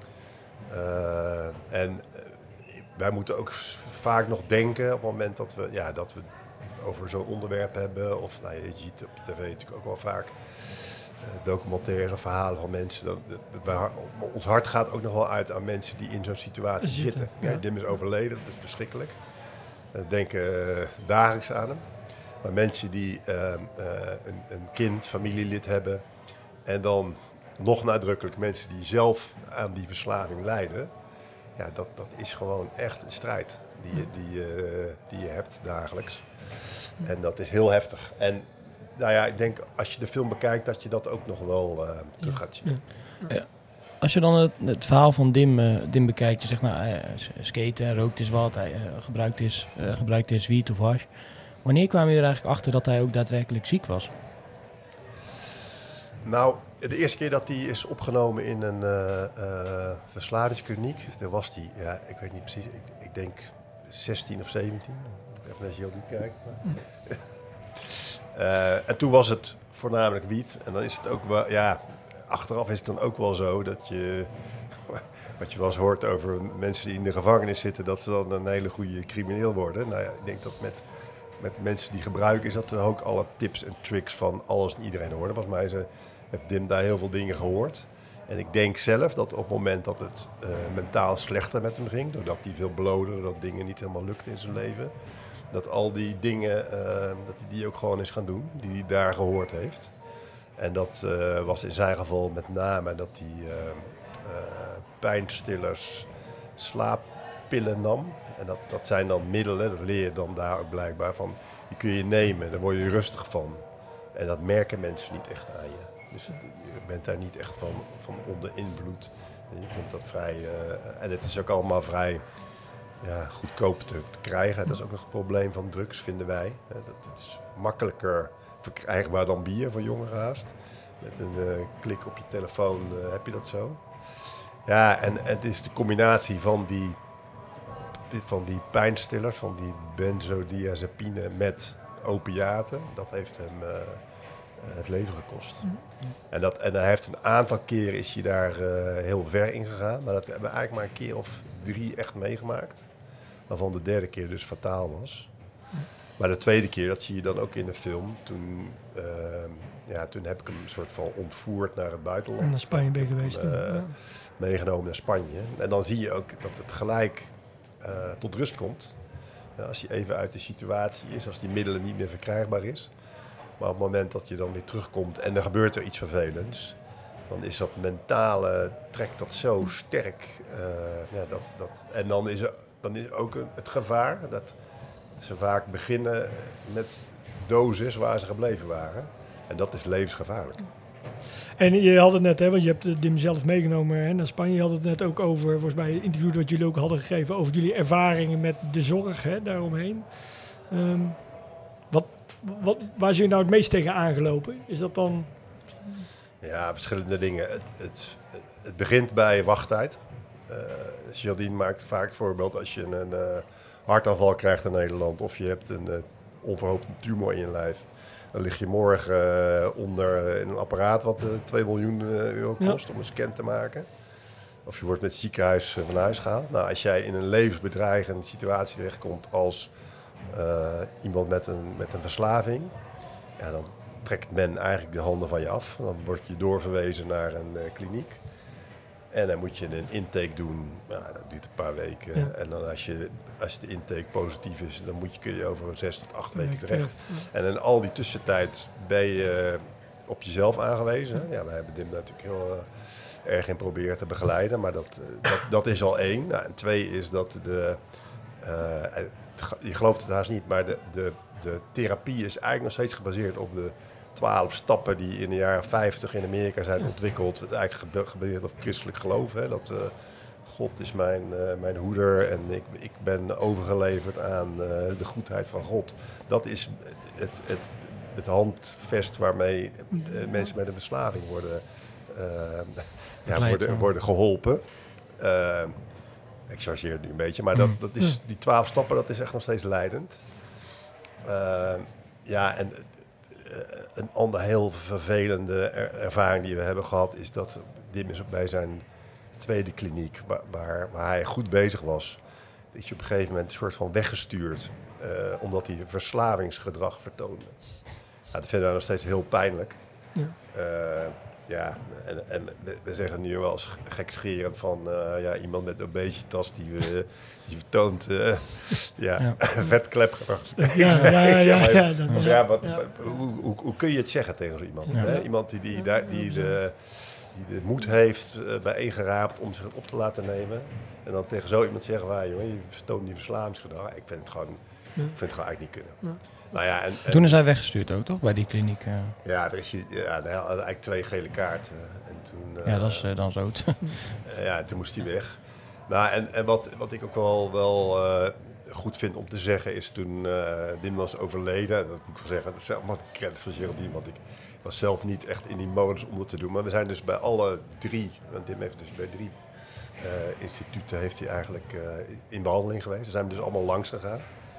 Uh, en... Wij moeten ook vaak nog denken op het moment dat we, ja, dat we over zo'n onderwerp hebben. Of nou, je ziet op tv natuurlijk ook wel vaak uh, documentaires of verhalen van mensen. Dat, dat, dat, ons hart gaat ook nog wel uit aan mensen die in zo'n situatie zitten. zitten. Ja. Ja, Dim is overleden, dat is verschrikkelijk. We uh, denken uh, dagelijks aan hem. Maar mensen die uh, uh, een, een kind, familielid hebben. En dan nog nadrukkelijk mensen die zelf aan die verslaving lijden. Ja, dat, dat is gewoon echt een strijd die je, die, uh, die je hebt dagelijks. En dat is heel heftig. En nou ja, ik denk als je de film bekijkt dat je dat ook nog wel uh, terug gaat zien. Ja. Ja. Als je dan het, het verhaal van Dim, uh, Dim bekijkt, je zegt nou, hij skaten, rookt is wat, hij uh, gebruikt, is, uh, gebruikt is wiet of hash. Wanneer kwam je er eigenlijk achter dat hij ook daadwerkelijk ziek was? Nou, de eerste keer dat hij is opgenomen in een uh, uh, verslavingskliniek, daar was hij, ja, ik weet niet precies, ik, ik denk zestien of zeventien. Even naar heel diep kijken. uh, en toen was het voornamelijk wiet. En dan is het ook wel, ja, achteraf is het dan ook wel zo dat je, wat je wel eens hoort over mensen die in de gevangenis zitten, dat ze dan een hele goede crimineel worden. Nou ja, ik denk dat met, met mensen die gebruiken is dat er ook alle tips en tricks van alles en iedereen horen. Volgens mij ze heeft Dim daar heel veel dingen gehoord. En ik denk zelf dat op het moment dat het uh, mentaal slechter met hem ging, doordat hij veel blode, doordat dingen niet helemaal lukten in zijn leven, dat al die dingen, uh, dat hij die ook gewoon is gaan doen, die hij daar gehoord heeft. En dat uh, was in zijn geval met name dat hij uh, uh, pijnstillers, slaappillen nam. En dat, dat zijn dan middelen, dat leer je dan daar ook blijkbaar van, die kun je nemen, daar word je rustig van. En dat merken mensen niet echt aan je. Dus het, je bent daar niet echt van, van onder invloed. En je kunt dat vrij... Uh, en het is ook allemaal vrij ja, goedkoop te, te krijgen. Dat is ook nog een probleem van drugs, vinden wij. Uh, dat, het is makkelijker verkrijgbaar dan bier voor jongeren haast. Met een uh, klik op je telefoon uh, heb je dat zo. Ja, en, en het is de combinatie van die, van die pijnstillers, van die benzodiazepine met opiaten. Dat heeft hem... Uh, het leven gekost. Mm. En, dat, en hij heeft een aantal keren is hij daar uh, heel ver in gegaan. Maar dat hebben we eigenlijk maar een keer of drie echt meegemaakt. Waarvan de derde keer dus fataal was. Mm. Maar de tweede keer, dat zie je dan ook in de film. Toen, uh, ja, toen heb ik hem een soort van ontvoerd naar het buitenland. En naar Spanje ben je geweest. Uh, ja. Meegenomen naar Spanje. En dan zie je ook dat het gelijk uh, tot rust komt. Ja, als hij even uit de situatie is, als die middelen niet meer verkrijgbaar is. Maar op het moment dat je dan weer terugkomt en er gebeurt er iets vervelends, dan is dat mentale, trekt dat zo sterk. Uh, ja, dat, dat, en dan is er, dan is er ook een, het gevaar dat ze vaak beginnen met doses waar ze gebleven waren. En dat is levensgevaarlijk. En je had het net, hè, want je hebt Dim zelf meegenomen hè, naar Spanje. Je had het net ook over, volgens mij, een interview dat jullie ook hadden gegeven over jullie ervaringen met de zorg hè, daaromheen. Um, wat, wat, waar zijn jullie nou het meest tegen aangelopen? Is dat dan... Ja, verschillende dingen. Het, het, het begint bij wachttijd. Uh, Geraldine maakt vaak het voorbeeld als je een uh, hartaanval krijgt in Nederland of je hebt een uh, onverhoopt tumor in je lijf. Dan lig je morgen uh, onder uh, in een apparaat wat uh, twee miljoen euro kost ja. om een scan te maken. Of je wordt met het ziekenhuis uh, van huis gehaald. Nou, als jij in een levensbedreigende situatie terechtkomt als uh, iemand met een, met een verslaving, ja, dan trekt men eigenlijk de handen van je af. Dan word je doorverwezen naar een uh, kliniek. En dan moet je een intake doen. Nou, dat duurt een paar weken. Ja. En dan als, je, als de intake positief is, dan moet je, kun je over zes tot acht weken terecht. Ja. En in al die tussentijd ben je op jezelf aangewezen. Ja, ja wij hebben Dim natuurlijk heel uh, erg in proberen te begeleiden. Maar dat, uh, dat, dat is al één. Nou, en twee is dat de... Uh, je gelooft het haast niet, maar de, de, de therapie is eigenlijk nog steeds gebaseerd op de twaalf stappen die in de jaren vijftig in Amerika zijn ontwikkeld. Het is eigenlijk gebaseerd op christelijk geloof. Hè? Dat uh, God is mijn, uh, mijn hoeder en ik, ik ben overgeleverd aan uh, de goedheid van God. Dat is het, het, het, het handvest waarmee uh, mensen met een verslaving worden, uh, ja, worden, worden geholpen. Uh, ik chargeer het nu een beetje, maar dat, dat is, die twaalf stappen, dat is echt nog steeds leidend. Uh, ja, en uh, een andere heel vervelende er- ervaring die we hebben gehad is dat Dim is bij zijn tweede kliniek, waar, waar, waar hij goed bezig was, is je op een gegeven moment een soort van weggestuurd, uh, omdat hij verslavingsgedrag vertoonde. Ja, dat vinden we nog steeds heel pijnlijk. Ja. Uh, Ja, en, en we zeggen nu wel eens gekscherend van uh, ja, iemand met obesitas die, uh, die vertoont uh, ja, ja. vetklepgedrag. Ja, ja, ja, ja, ja, dat, ja, wat, ja. Hoe, hoe, hoe kun je het zeggen tegen zo iemand? Ja. Hè? Iemand die, die, die, die, de, die de moed heeft uh, bijeengeraapt om zich op te laten nemen. En dan tegen zo iemand zeggen, waar, jongen, je vertoont die verslavingsgedrag. Ik vind het gewoon, ja. ik vind het gewoon eigenlijk niet kunnen. Ja. Nou ja, en, en, toen is hij weggestuurd ook, toch? Bij die kliniek. Uh... Ja, er is je, ja, hij had eigenlijk twee gele kaarten. En toen, uh, ja, dat is uh, dan zo. uh, ja, toen moest hij weg. Nou, en, en wat, wat ik ook wel, wel uh, goed vind om te zeggen is toen uh, Dim was overleden. Dat moet ik wel zeggen, dat is allemaal credit van Geraldine, want ik was zelf niet echt in die modus om dat te doen. Maar we zijn dus bij alle drie, want Dim heeft dus bij drie uh, instituten heeft hij eigenlijk uh, in behandeling geweest. Daar zijn we dus allemaal langs gegaan.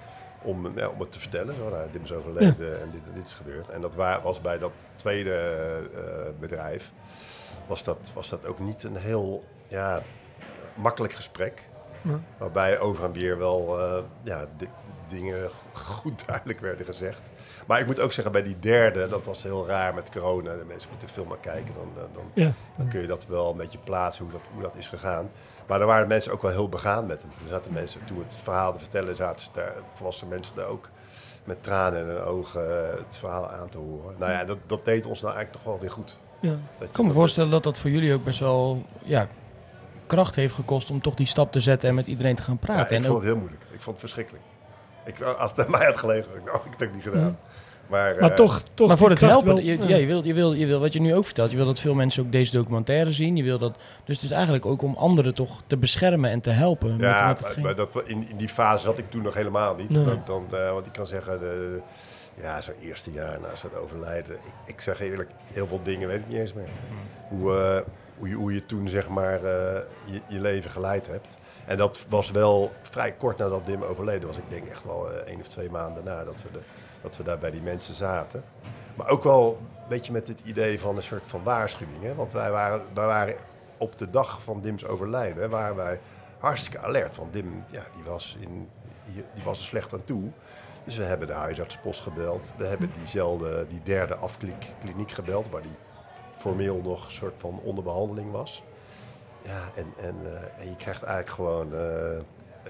Om, ja, om het te vertellen, zo, nou, Dim is overleden ja. en dit en dit is gebeurd. En dat wa- was bij dat tweede uh, bedrijf, was dat, was dat ook niet een heel ja, makkelijk gesprek. Ja. Waarbij over en weer wel uh, ja, di- dingen goed duidelijk werden gezegd. Maar ik moet ook zeggen, bij die derde, dat was heel raar met corona. De mensen moeten veel maar kijken, dan, dan, ja. dan kun je dat wel een beetje plaatsen, hoe dat, hoe dat is gegaan. Maar er waren mensen ook wel heel begaan met hem. Er zaten mensen, toen we het verhaal te vertellen, zaten daar, volwassen mensen daar ook met tranen in hun ogen het verhaal aan te horen. Nou ja, dat, dat deed ons nou eigenlijk toch wel weer goed. Ja. Ik kan me dat voorstellen dat dat voor jullie ook best wel ja, kracht heeft gekost om toch die stap te zetten en met iedereen te gaan praten. Ja, ik en vond ook... het heel moeilijk. Ik vond het verschrikkelijk. Ik, als het aan mij had gelegen, had ik, nou, ik heb het ook niet gedaan. Ja. Maar, maar uh, toch, toch maar voor het helpen, wel, je, ja, je, wil, je, wil, je wil wat je nu ook vertelt, je wil dat veel mensen ook deze documentaire zien. Je wil dat, dus het is eigenlijk ook om anderen toch te beschermen en te helpen. Ja, met, met het maar, maar dat, in, in die fase zat ik toen nog helemaal niet. Nee. Dan, dan, uh, want ik kan zeggen, de, ja, zo'n eerste jaar na zijn overlijden. Ik, ik zeg eerlijk, heel veel dingen weet ik niet eens meer. Hmm. Hoe, uh, hoe, je, hoe je toen zeg maar uh, je, je leven geleid hebt. En dat was wel vrij kort nadat Dim overleden was. Ik denk echt wel uh, één of twee maanden na dat we, de, dat we daar bij die mensen zaten. Maar ook wel een beetje met het idee van een soort van waarschuwing. Hè? Want wij waren, wij waren op de dag van Dim's overlijden, waren wij hartstikke alert. Want Dim, ja, die was, in, die, die was er slecht aan toe. Dus we hebben de huisartsenpost gebeld. We hebben diezelfde, die derde afkliniek gebeld, waar die formeel nog een soort van onder behandeling was. Ja, en, en, uh, en je krijgt eigenlijk gewoon... Uh, uh,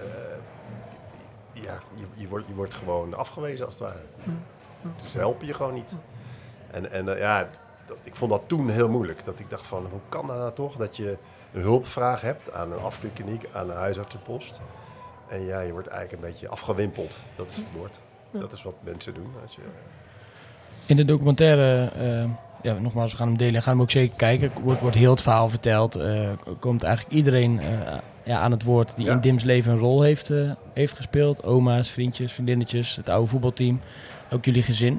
ja, je, je, wordt, je wordt gewoon afgewezen als het ware. Dus ze helpen je gewoon niet. En, en uh, ja, dat, ik vond dat toen heel moeilijk. Dat ik dacht van, hoe kan dat nou toch? Dat je een hulpvraag hebt aan een afkliniek, aan een huisartsenpost. En ja, je wordt eigenlijk een beetje afgewimpeld. Dat is het woord. Dat is wat mensen doen. Als je... In de documentaire, uh, ja, nogmaals, we gaan hem delen en gaan hem ook zeker kijken. Wordt, wordt heel het verhaal verteld. Uh, komt eigenlijk iedereen uh, ja, aan het woord die ja. in Dim's leven een rol heeft, uh, heeft gespeeld. Oma's, vriendjes, vriendinnetjes, het oude voetbalteam. Ook jullie gezin.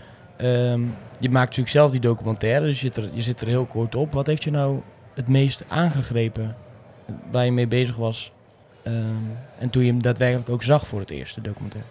Um, je maakt natuurlijk zelf die documentaire, dus je zit, er, je zit er heel kort op. Wat heeft je nou het meest aangegrepen waar je mee bezig was? Um, en toen je hem daadwerkelijk ook zag voor het eerst, de documentaire.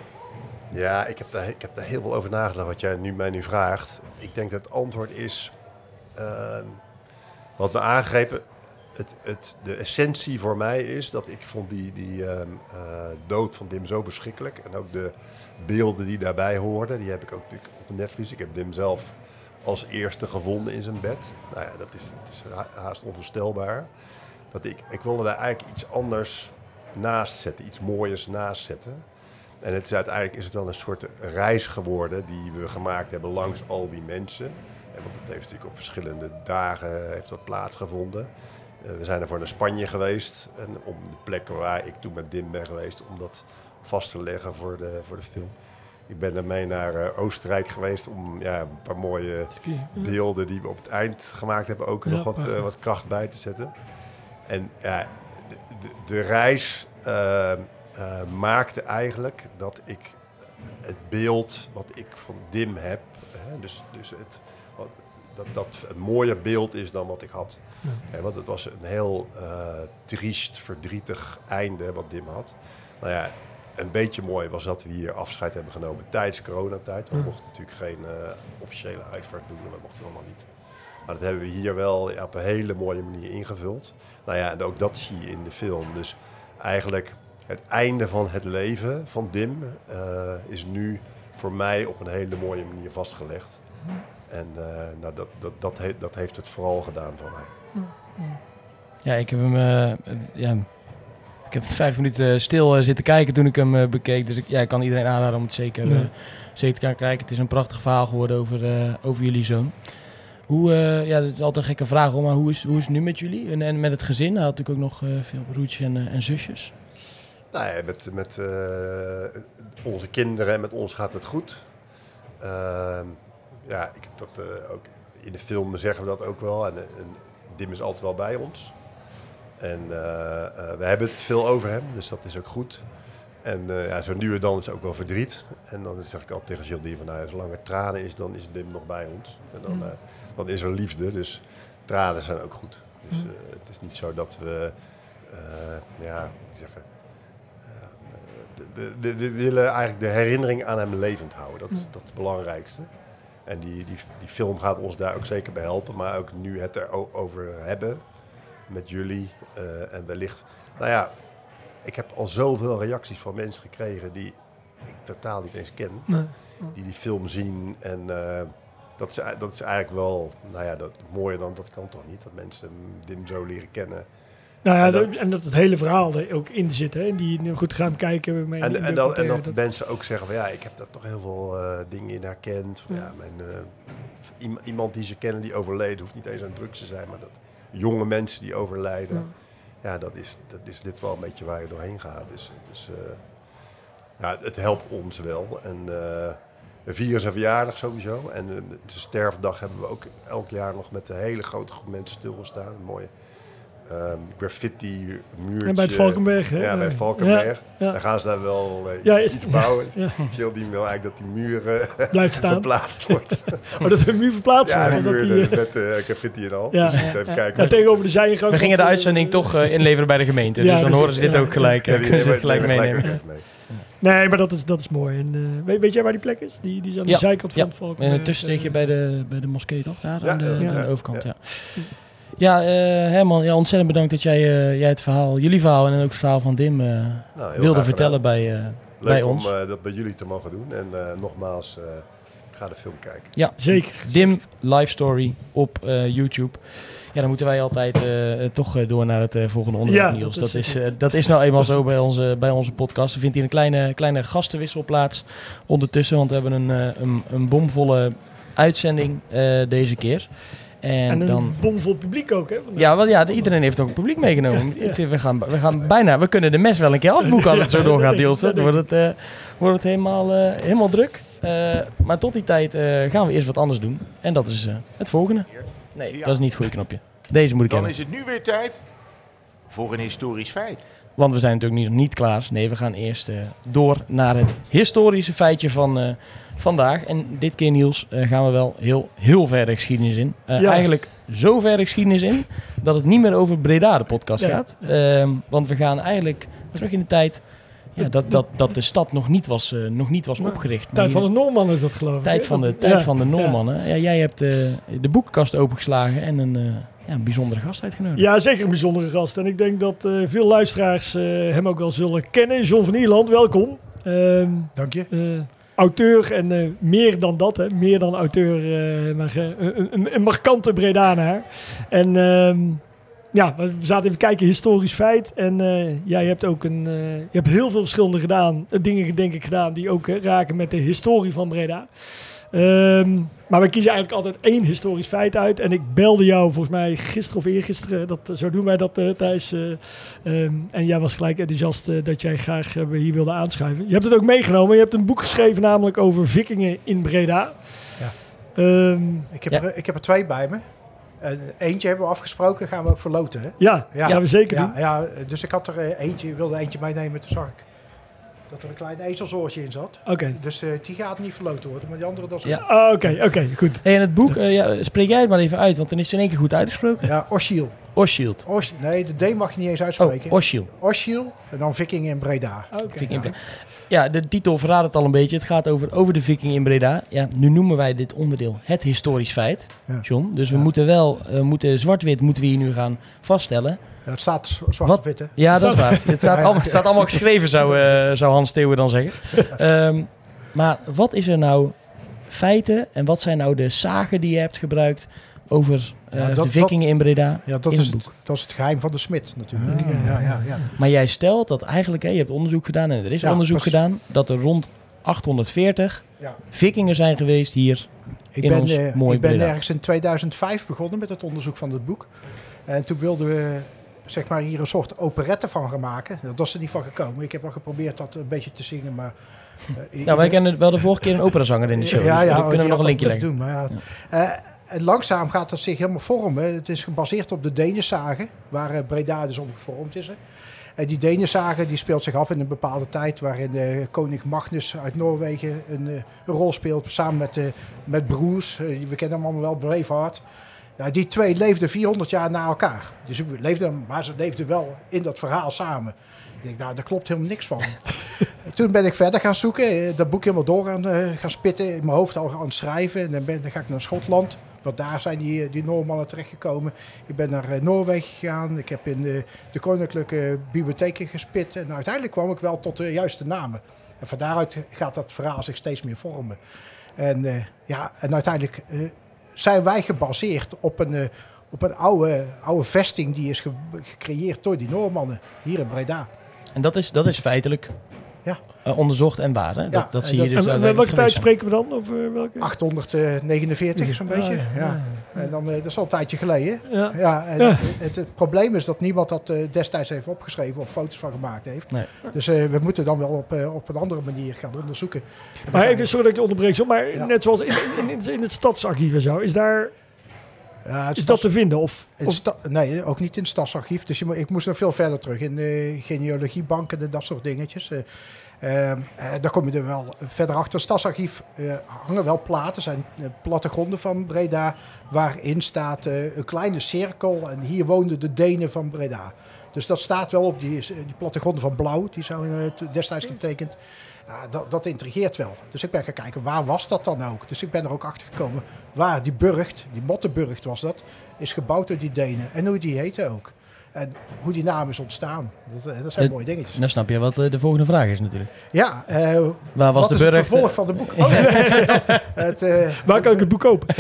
Ja, ik heb, daar, ik heb daar heel veel over nagedacht wat jij nu, mij nu vraagt. Ik denk dat het antwoord is, uh, wat me aangegrepen, het, het, de essentie voor mij is dat ik vond die, die uh, uh, dood van Dim zo verschrikkelijk. En ook de beelden die daarbij hoorden, die heb ik ook natuurlijk op Netflix. Ik heb Dim zelf als eerste gevonden in zijn bed. Nou ja, dat is, dat is haast onvoorstelbaar. Dat ik, ik wilde daar eigenlijk iets anders naast zetten, iets mooiers naast zetten. En het is, uiteindelijk is het wel een soort reis geworden die we gemaakt hebben langs al die mensen. En want het heeft natuurlijk op verschillende dagen heeft dat plaatsgevonden. Uh, we zijn ervoor naar Spanje geweest. En op de plek waar ik toen met Dim ben geweest om dat vast te leggen voor de, voor de film. Ik ben daarmee naar uh, Oostenrijk geweest om ja, een paar mooie beelden die we op het eind gemaakt hebben ook ja, nog wat, uh, wat kracht bij te zetten. En ja, de, de, de reis uh, uh, maakte eigenlijk dat ik het beeld wat ik van Dim heb, hè, dus, dus het, wat, dat dat een mooier beeld is dan wat ik had. Ja. Hè, want het was een heel uh, triest, verdrietig einde wat Dim had. Nou ja, een beetje mooi was dat we hier afscheid hebben genomen tijdens coronatijd. We ja. mochten natuurlijk geen uh, officiële uitvaart doen, dat mochten we allemaal niet. Maar dat hebben we hier wel ja, op een hele mooie manier ingevuld. Nou ja, en ook dat zie je in de film. Dus eigenlijk het einde van het leven van Dim uh, is nu voor mij op een hele mooie manier vastgelegd. En uh, nou, dat, dat, dat, he, dat heeft het vooral gedaan voor mij. Ja, ik heb hem... Uh, ja, ik heb vijf minuten stil uh, zitten kijken toen ik hem uh, bekeek. Dus ik, ja, ik kan iedereen aanraden om het zeker, uh, zeker te gaan kijken. Het is een prachtig verhaal geworden over, uh, over jullie zoon. Hoe, uh, ja, dat is altijd een gekke vraag, hoor, maar hoe is, hoe is het nu met jullie? En, en met het gezin? Hij had natuurlijk ook nog uh, veel broertjes en, uh, en zusjes. Nou ja, met, met uh, onze kinderen en met ons gaat het goed. Uh, ja, ik heb dat uh, ook in de film zeggen we dat ook wel. En, en Dim is altijd wel bij ons. En uh, uh, we hebben het veel over hem, dus dat is ook goed. En uh, ja, zo nu en dan is ook wel verdriet. En dan zeg ik altijd tegen Gilles van, nou, zolang er tranen is, dan is Dim nog bij ons. En dan, uh, dan is er liefde, dus tranen zijn ook goed. Dus uh, het is niet zo dat we, uh, ja, hoe zeggen, uh, we willen eigenlijk de herinnering aan hem levend houden. Dat is, dat is het belangrijkste. En die, die, die film gaat ons daar ook zeker bij helpen, maar ook nu het erover hebben met jullie uh, en wellicht, nou ja, ik heb al zoveel reacties van mensen gekregen die ik totaal niet eens ken. Nee. Die die film zien. En uh, dat, is, dat is eigenlijk wel, nou ja, dat, mooier dan dat kan toch niet. Dat mensen Dim zo leren kennen. Nou ja, en dat, en dat het hele verhaal er ook in zit. Hè? Die goed gaan kijken. En, en, en, dat, en dat de mensen ook zeggen van ja, ik heb daar toch heel veel uh, dingen in herkend. Van, ja. Ja, mijn, uh, iemand die ze kennen die overleden, hoeft niet eens aan drugs te zijn. Maar dat jonge mensen die overlijden. Ja. Ja, dat is, dat is dit wel een beetje waar je doorheen gaat. Dus, dus uh, ja, het helpt ons wel. En uh, we vieren zijn verjaardag sowieso. En uh, de sterfdag hebben we ook elk jaar nog met een hele grote groep mensen stilgestaan. Een mooie um, graffiti muurtje. En bij het Valkenberg, hè? Ja, bij Valkenberg. Ja, ja. Daar gaan ze daar wel uh, iets, ja, iets bouwen. Ja. Jill die wil eigenlijk dat die muur uh, blijft staan. Verplaatst wordt. Oh, dat de muur verplaatst wordt? Ja, die muur die, uh, met uh, graffiti en al. Ja. Dus even ja. kijken. Ja, tegenover de zijingang. We gingen de uitzending toch uh, inleveren bij de gemeente. Ja, dus dan dus horen ze dit ja. ook gelijk. Ja, kunnen ze het gelijk meenemen. Gelijk mee. Nee, maar dat is, dat is mooi. En, uh, weet, weet jij waar die plek is? Die, die is aan de ja. zijkant van ja. het Valkenberg. In een tussensteekje uh, bij, de, bij de moskee, toch? Daar ja, aan, de, ja. aan de overkant, ja. ja. Ja, uh, Herman, ja, ontzettend bedankt dat jij, uh, jij het verhaal, jullie verhaal en ook het verhaal van Dim uh, nou, wilde vertellen bij, uh, Leuk bij om ons. uh, dat bij jullie te mogen doen. En uh, nogmaals, uh, ga de film kijken. Ja, zeker. Dim Live Story op uh, YouTube. Ja, dan moeten wij altijd uh, toch uh, door naar het uh, volgende onderwerp, ja, Niels. Dat is, dat, is, uh, dat is nou eenmaal zo bij onze, bij onze podcast. Er vindt hier een kleine, kleine gastenwissel plaats ondertussen. Want we hebben een, uh, een, een bomvolle uitzending uh, deze keer. En, en een dan, bomvol publiek ook, hè? Ja, want ja, iedereen heeft ook het publiek meegenomen. Ja, ja. We, gaan, we gaan bijna, we kunnen de mes wel een keer afboeken als het zo doorgaat, Niels. Dan wordt het, uh, wordt het helemaal, uh, helemaal druk. Uh, maar tot die tijd uh, gaan we eerst wat anders doen. En dat is uh, het volgende. Nee, ja. dat is niet het goede knopje. Deze moet ik Dan hebben. is het nu weer tijd voor een historisch feit. Want we zijn natuurlijk niet, niet klaar. Nee, we gaan eerst uh, door naar het historische feitje van uh, vandaag. En dit keer, Niels, uh, gaan we wel heel, heel ver de geschiedenis in. Uh, ja. Eigenlijk zo ver de geschiedenis in dat het niet meer over Breda de podcast ja. gaat. Uh, want we gaan eigenlijk terug in de tijd... Ja, dat, dat, dat de stad nog niet was, uh, nog niet was opgericht. Tijd van de Noormannen is dat, geloof ik. Tijd van de, tijd ja. van de Noormannen. Ja. Ja, jij hebt uh, de boekenkast opengeslagen en een, uh, ja, een bijzondere gast uitgenodigd. Ja, zeker een bijzondere gast. En ik denk dat uh, veel luisteraars uh, hem ook wel zullen kennen. John van Ierland, welkom. Uh, Dank je. Uh, auteur en uh, meer dan dat, hè. Meer dan auteur, uh, maar uh, een, een, een markante Bredanaar. En... Uh, Ja, we zaten even kijken, historisch feit. En uh, ja, je hebt ook een, uh, je hebt heel veel verschillende gedaan, uh, dingen denk ik gedaan die ook uh, raken met de historie van Breda. Um, maar we kiezen eigenlijk altijd één historisch feit uit. En ik belde jou volgens mij gisteren of eergisteren, dat, zo doen wij dat uh, Thijs. Uh, um, en jij was gelijk enthousiast uh, dat jij graag uh, hier wilde aanschuiven. Je hebt het ook meegenomen. Je hebt een boek geschreven namelijk over vikingen in Breda. Ja. Um, ik, heb ja. er, ik heb er twee bij me. Uh, eentje hebben we afgesproken, gaan we ook verloten. Hè? Ja, ja, gaan we zeker ja, doen. Ja, dus ik had er uh, eentje, wilde eentje meenemen, toen zag ik dat er een klein ezelsoortje in zat. Oké. Okay. Dus uh, die gaat niet verloten worden, maar die andere dat is... Ja. Oké, uh, oké, okay, okay, goed. Hey, en het boek, uh, ja, spreek jij het maar even uit, want dan is het in één keer goed uitgesproken. Ja, Oschiel. Oschild. Os, nee, de D mag je niet eens uitspreken. Oh, Oschiel. Oschiel en dan Vikingen in Breda. Okay. Viking in Breda. Ja, de titel verraadt het al een beetje. Het gaat over, over de Vikingen in Breda. Ja, nu noemen wij dit onderdeel het historisch feit, ja. John. Dus we ja. moeten wel, uh, moeten zwart-wit moeten we hier nu gaan vaststellen. Ja, het staat zwart-wit, hè? Ja, dat is waar. Het staat, allemaal, het staat allemaal geschreven, zou, uh, zou Hans Theeuwen dan zeggen. Um, maar wat is er nou feiten en wat zijn nou de zagen die je hebt gebruikt over uh, ja, dat, de Vikingen dat, in Breda ja, dat in is het boek? Het, dat is het geheim van de smid natuurlijk. Ah, ja, ja, ja. Maar jij stelt dat eigenlijk, hè, je hebt onderzoek gedaan en er is ja, onderzoek precies. gedaan, dat er rond achthonderdveertig ja. Vikingen zijn geweest hier ik in ben, ons uh, mooie Ik ben Breda. ergens in tweeduizend vijf begonnen met het onderzoek van het boek. En toen wilden we zeg maar, hier een soort operette van gaan maken. Dat is er niet van gekomen. Ik heb al geprobeerd dat een beetje te zingen, maar... Uh, nou, wij kennen wel de vorige keer een operazanger in de show. Ja, ja, dus we kunnen we nog een linkje leggen. Doen, maar ja. Ja. Uh, en langzaam gaat dat zich helemaal vormen. Het is gebaseerd op de Denensagen, waar uh, Breda dus om gevormd is. En die Denensagen die speelt zich af in een bepaalde tijd, waarin uh, koning Magnus uit Noorwegen een, uh, een rol speelt, samen met, uh, met broers. Uh, we kennen hem allemaal wel, Braveheart. Ja, die twee leefden vierhonderd jaar na elkaar. Dus ze leefden, maar ze leefden wel in dat verhaal samen. Ik denk, nou, daar klopt helemaal niks van. Toen ben ik verder gaan zoeken, dat boek helemaal door aan, uh, gaan spitten, in mijn hoofd al aan het schrijven. En dan, ben, dan ga ik naar Schotland, want daar zijn die, die Noormannen terechtgekomen. Ik ben naar uh, Noorwegen gegaan, ik heb in uh, de koninklijke bibliotheken gespit. En uiteindelijk kwam ik wel tot de juiste namen. En van daaruit gaat dat verhaal zich steeds meer vormen. En, uh, ja, en uiteindelijk uh, zijn wij gebaseerd op een... Uh, op een oude, oude vesting die is ge- gecreëerd door die Noormannen hier in Breda. En dat is, dat is feitelijk ja. uh, onderzocht en waar, hè? Dat, ja, dat zie dat, je dus. En uh, welke tijd spreken we dan? Over welke? achthonderdnegenenveertig zo'n beetje. Ah, ja. Ja. Ja. En dan, uh, dat is al een tijdje geleden. Ja. Ja, en ja. Het, het probleem is dat niemand dat uh, destijds heeft opgeschreven of foto's van gemaakt heeft. Nee. Dus uh, we moeten dan wel op, uh, op een andere manier gaan onderzoeken. Maar even, sorry dat ik je onderbreek, zo, maar ja. net zoals in, in, in, in het stadsarchief en zo, is daar... Ja, het is stads... dat te vinden? Of, of... Sta... Nee, ook niet in het stadsarchief. Dus je mo- ik moest nog veel verder terug in de genealogiebanken en dat soort dingetjes. Uh, uh, daar kom je er wel verder achter. Het stadsarchief uh, hangen wel platen, zijn uh, plattegronden van Breda, waarin staat uh, een kleine cirkel en hier woonden de Denen van Breda. Dus dat staat wel op die, die plattegronden van blauw, die zijn uh, destijds getekend. Ja, dat, dat intrigeert wel. Dus ik ben gaan kijken, waar was dat dan ook? Dus ik ben er ook achter gekomen waar die burcht, die Mottenburgt was dat, is gebouwd door die Denen. En hoe die heette ook. En hoe die naam is ontstaan. Dat, dat zijn Het- mooie dingetjes. Dan snap je wat uh, de volgende vraag is natuurlijk. Ja, uh, Waar was wat de is het burcht? vervolg van de boek? Oh, het, uh, Waar kan ik het boek kopen?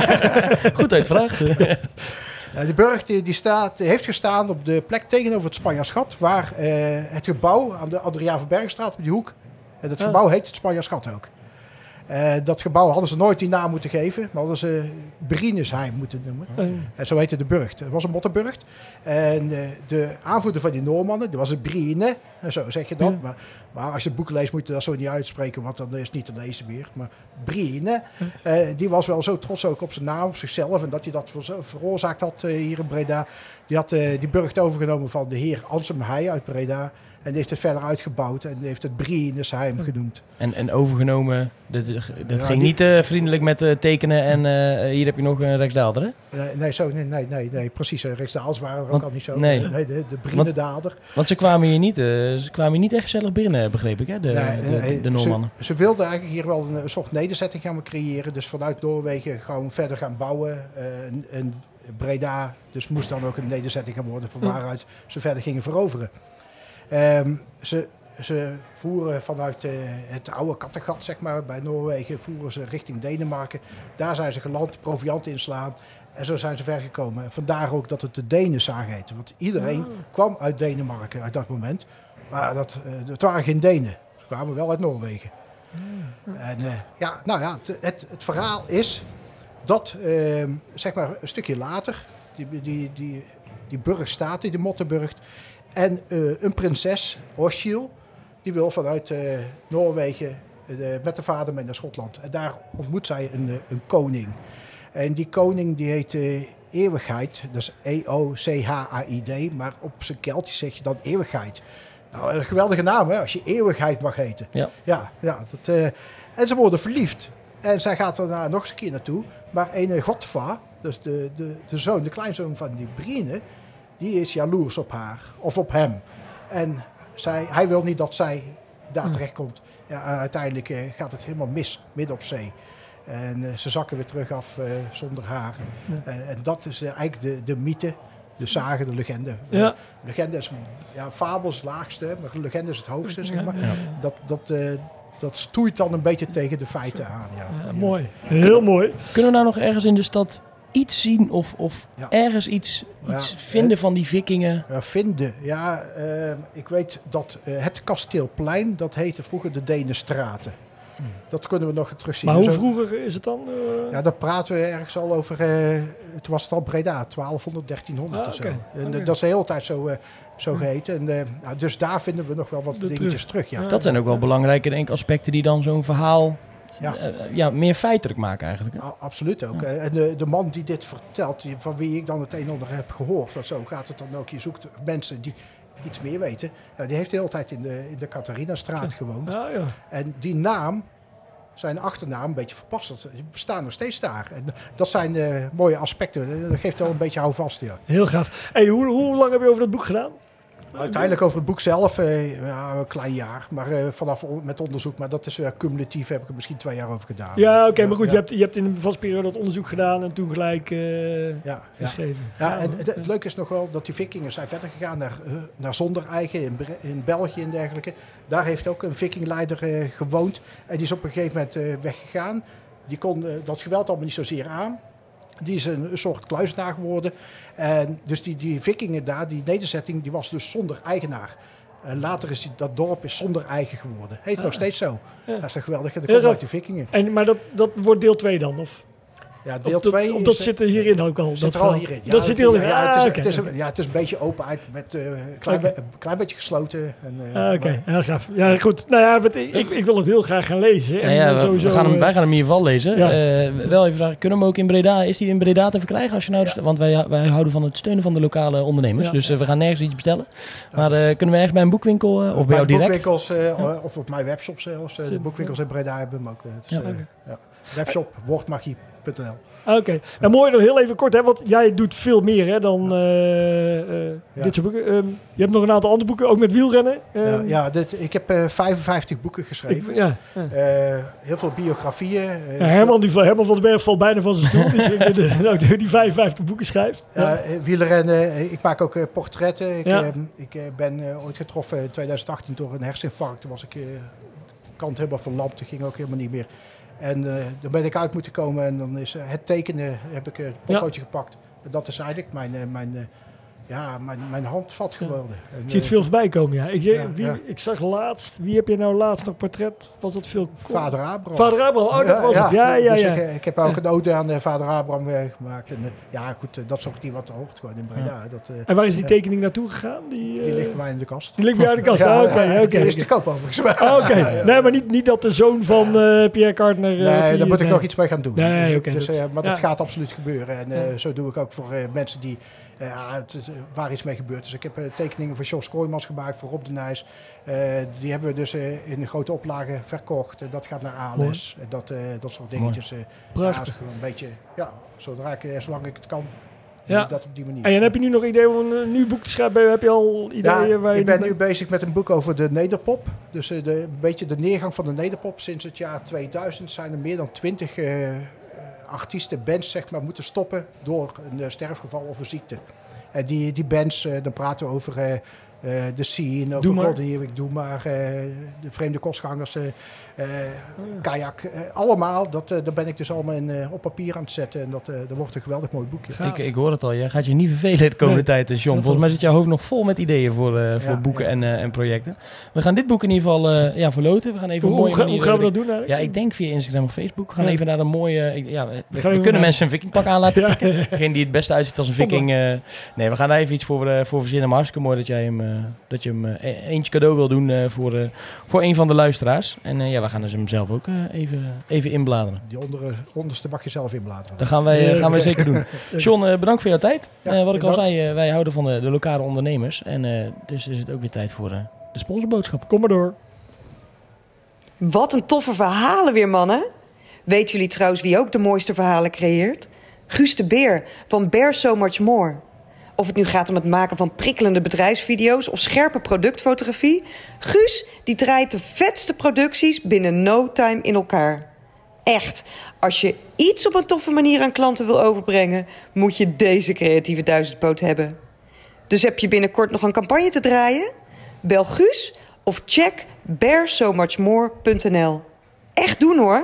Goed uitvraagd. Uh, de burcht die, die staat, heeft gestaan op de plek tegenover het Spanjaarschat, waar uh, het gebouw aan de Adriaan van Bergenstraat op die hoek, en dat Ja. gebouw heet het Spanjaarschat ook. Uh, dat gebouw hadden ze nooit die naam moeten geven, maar hadden ze Brinesheim moeten noemen. Uh, En zo heette de burcht. Het was een mottenburcht. En uh, de aanvoerder van die Noormannen, dat was een Brine. En zo zeg je dat. Ja. Maar, maar als je het boek leest, moet je dat zo niet uitspreken, want dan is het niet te lezen meer. Maar Brine, uh, die was wel zo trots ook op zijn naam, op zichzelf. En dat hij dat ver- veroorzaakt had uh, hier in Breda. Die had uh, die burcht overgenomen van de heer Ansem Heij uit Breda. En die heeft het verder uitgebouwd en die heeft het Brinesheim genoemd. En, en overgenomen, dat, dat Ja, ging die- niet uh, vriendelijk met uh, tekenen en uh, hier heb je nog een rechtsdaalder, hè? Nee, nee, zo, nee, nee, nee, nee precies. Uh, Riksdaals waren er ook Want- al niet zo. nee. nee de, de Brinedader. Want ze kwamen hier niet, uh, ze kwamen hier niet echt gezellig binnen, begreep ik, hè? De, Nee, de, nee, de, de Noormannen. Ze, ze wilden eigenlijk hier wel een, een soort nederzetting gaan creëren. Dus vanuit Noorwegen gewoon verder gaan bouwen. Uh, en, en Breda dus moest dan ook een nederzetting gaan worden van waaruit ze verder gingen veroveren. Um, ze, ze voeren vanuit uh, het oude Kattegat, zeg maar, bij Noorwegen, voeren ze richting Denemarken. Daar zijn ze geland, proviant inslaan. En zo zijn ze ver gekomen. Vandaar ook dat het de Denenzaag heette. Want iedereen Oh. kwam uit Denemarken uit dat moment. Maar dat, uh, het waren geen Denen. Ze kwamen wel uit Noorwegen. En uh, ja, nou ja, het, het, het verhaal is dat, uh, zeg maar een stukje later, die, die, die, die burcht staat, die Mottenburgt. En uh, een prinses, Oshiel, die wil vanuit uh, Noorwegen uh, met de vader mee naar Schotland. En daar ontmoet zij een, uh, een koning. En die koning die heet uh, Eeuwigheid, dat is E O C H A I D, maar op zijn Keltisch zeg je dan Eeuwigheid. Nou, een geweldige naam, hè, als je Eeuwigheid mag heten. Ja. Ja, ja dat, uh, en ze worden verliefd. En zij gaat er nou nog eens een keer naartoe. Maar een Godva, dus de, de, de zoon, de kleinzoon van die Brine, die is jaloers op haar of op hem. En zij, hij wil niet dat zij daar Hmm. terechtkomt. Ja, en uiteindelijk uh, gaat het helemaal mis, midden op zee. En uh, ze zakken weer terug af uh, zonder haar. Ja. En, en dat is uh, eigenlijk de, de mythe, de sage, de legende. Ja. Legende is, ja, fabel is het laagste, maar legende is het hoogste, zeg maar. Ja. Dat, dat, uh, dat stoeit dan een beetje tegen de feiten aan. Ja. Ja, mooi. Heel mooi. Kunnen we nou nog ergens in de stad iets zien of, of Ja. ergens iets, iets Ja, vinden eh, van die vikingen? Ja, vinden. Ja, uh, ik weet dat uh, het Kasteelplein, dat heette vroeger de Denenstraten. Hmm. Dat kunnen we nog terugzien. Maar hoe Dus ook- vroeger is het dan? Uh, Ja, daar praten we ergens al over, uh, toen was het al Breda, twaalfhonderd, dertienhonderd Ah, of zo. oké. En Oké. uh, dat is de hele tijd zo, uh, zo geheten. En, uh, nou, dus daar vinden we nog wel wat De dingetjes terug. ja. Ja. Dat zijn ook wel belangrijke denk ik, aspecten die dan zo'n verhaal Ja. ja. Uh, ja, meer feitelijk maken eigenlijk. Hè? A- absoluut ook. hè. En de, de man die dit vertelt, die, van wie ik dan het een en ander heb gehoord, dat zo gaat het dan ook. Je zoekt mensen die iets meer weten. Ja, die heeft de hele tijd in de, in de Catharinastraat gewoond. ah, ja. En die naam, zijn achternaam, een beetje verpast. Die bestaan nog steeds daar. En dat zijn uh, mooie aspecten. Dat geeft wel een beetje houvast, ja. Heel gaaf. Hey, hoe, hoe lang heb je over dat boek gedaan? Uiteindelijk over het boek zelf, uh, ja, een klein jaar. Maar uh, vanaf on- met onderzoek, maar dat is uh, cumulatief, heb ik er misschien twee jaar over gedaan. Ja, oké, maar goed, ja. je, hebt, je hebt in een vaste periode dat onderzoek gedaan en toen gelijk uh, Ja, ja. geschreven. Ja, en Gaaf, het, het leuke is nog wel dat die vikingen zijn verder gegaan naar, uh, naar Zondereigen in, Bre- in België en dergelijke. Daar heeft ook een vikingleider uh, gewoond en die is op een gegeven moment uh, weggegaan. Die kon uh, dat geweld allemaal niet zozeer aan. Die is een, een soort kluizenaar geworden. En dus die, die vikingen daar, die nederzetting, die was dus zonder eigenaar. En later is die, dat dorp is zonder eigen geworden. Heet Ah. nog steeds zo. Ja. Dat is toch geweldig. Dat Heel komt gaaf. uit die vikingen. En, maar dat, dat wordt deel twee dan? Of, Ja, deel of dat, twee of dat is, zit er hierin ook al? zit dat er al verhaal? hierin. Ja, dat zit er al in. ja, het, is, Ah, het, is oké. een, ja, het is een beetje open uit met een uh, klein, Oké. be- klein beetje gesloten. En, uh, Ah, Oké, maar- heel gaaf. Ja, goed. Nou ja, wat, ik, ik wil het heel graag gaan lezen. Ja, En ja, dan we, sowieso, we gaan hem, eh, wij gaan hem in ieder geval lezen. Ja. Uh, wel even vragen, kunnen we hem ook in Breda, is hij in Breda te verkrijgen? Als je nou de st- want wij, wij houden van het steunen van de lokale ondernemers. Ja. Dus uh, we gaan nergens iets bestellen. Maar uh, kunnen we ergens bij een boekwinkel uh, of bij jou de direct? boekwinkels, uh, of op mijn webshop zelfs. Uh, de Zit- boekwinkels in Breda hebben hem ook. Uh, dus, Ja. uh, Oké. ja. Webshop woordmagie punt n l. Oké, okay. Nou mooi nog heel even kort, hè, want jij doet veel meer hè, dan uh, uh, ja. dit soort boeken. Um, je hebt nog een aantal andere boeken, ook met wielrennen. Um, ja, ja dit, ik heb uh, vijfenvijftig boeken geschreven. Ik, ja, ja. Uh, heel veel biografieën. Uh, ja, Herman, die, Herman van den Berg valt bijna van zijn stoel. die, die, die, die vijfenvijftig boeken schrijft. Ja, ja. Wielrennen, ik maak ook uh, portretten. Ik, ja. uh, ik uh, ben uh, ooit getroffen in twintig achttien door een herseninfarct. Toen was ik uh, kant helemaal verlamd, dat ging ook helemaal niet meer. En uh, dan ben ik uit moeten komen en dan is uh, het tekenen, heb ik uh, het potloodje ja. gepakt. En dat is eigenlijk mijn, uh, mijn, uh, ja, mijn, mijn handvat geworden. Ja. En, ik zie het veel voorbij komen, ja. Ik, ja, wie, ja. ik zag laatst, wie heb je nou laatst nog portret? Was dat veel? Vader Abraham. Vader Abraham, oh dat ja, was ja. het. Ja, ja, dus ja. Ik, ik heb ook een ode aan uh, Vader Abraham uh, gemaakt. En uh, ja goed, uh, dat zocht niet wat er hoort gewoon in Breda. Ja. Dat, uh, en waar is die ja. tekening naartoe gegaan? Die, uh, die ligt bij mij in de kast. Die ligt bij jou in de kast, ja, oké. Okay, ja, okay, die is te koop overigens. Oké, okay. ja, ja. Nee, maar niet, niet dat de zoon van uh, Pierre Cardner... Uh, nee, die, daar moet ik nee. nog iets mee gaan doen. Nee, dus, okay, dus, dat, uh, maar ja. dat gaat absoluut gebeuren. En uh, ja. zo doe ik ook voor uh, mensen die... Uh, het, uh, waar iets mee gebeurt. Dus ik heb uh, tekeningen voor Jos Kooijmans gemaakt, voor Rob de Nijs. Uh, die hebben we dus uh, in een grote oplage verkocht. Uh, dat gaat naar A L S. Uh, dat, uh, dat soort dingetjes. Uh, Prachtig. Ja, een beetje, ja, zodra ik, uh, zolang ik het kan. Ja. Dat op die manier. En heb je nu nog ideeën om een nieuw boek te schrijven? Heb je al ideeën? Ja, waar je ik ben mee... nu bezig met een boek over de nederpop. Dus uh, de, een beetje de neergang van de nederpop. Sinds het jaar tweeduizend zijn er meer dan twintig uh, artiesten, bands zeg maar, moeten stoppen door een uh, sterfgeval of een ziekte. En die, die bands, uh, dan praten we over uh, uh, de Scene, over Golden Earring, Doe Maar, uh, de Vreemde Kostgangers, uh, uh, Kajak. Uh, allemaal, dat, uh, daar ben ik dus allemaal in, uh, op papier aan het zetten. En dat, uh, dat wordt een geweldig mooi boekje. Ik, ik hoor het al, jij gaat je niet vervelen de komende nee. tijd, John. Volgens mij zit jouw hoofd nog vol met ideeën voor, uh, voor ja, boeken ja. En, uh, en projecten. We gaan dit boek in ieder geval uh, ja, verloten. We gaan even hoe, een mooie hoe, manier... Hoe gaan we dat doen eigenlijk? Ja, ik denk via Instagram of Facebook. We gaan ja. even naar een mooie... Uh, ja, we, we, we kunnen naar... mensen een vikingpak aan laten ja. pikken. Degene die het beste uitziet als een viking. Uh, nee, we gaan daar even iets voor, uh, voor verzinnen. Maar hartstikke mooi dat jij hem, uh, dat je hem uh, eentje cadeau wil doen uh, voor, uh, voor een van de luisteraars. En uh, ja, we gaan dus hem zelf ook uh, even, even inbladeren. Die onder, onderste mag je zelf inbladeren. Dat gaan wij, uh, gaan wij zeker doen. John, uh, bedankt voor jouw tijd. Ja, uh, wat ik al dank. zei, uh, wij houden van de, de lokale ondernemers. En uh, dus is het ook weer tijd voor uh, de sponsorboodschap. Kom maar door. Wat een toffe verhalen weer, mannen. Weten jullie trouwens wie ook de mooiste verhalen creëert? Guus de Beer van Bear So Much More. Of het nu gaat om het maken van prikkelende bedrijfsvideo's of scherpe productfotografie. Guus die draait de vetste producties binnen no time in elkaar. Echt, als je iets op een toffe manier aan klanten wil overbrengen, moet je deze creatieve duizendpoot hebben. Dus heb je binnenkort nog een campagne te draaien? Bel Guus of check bear so much more punt n l. Echt doen hoor.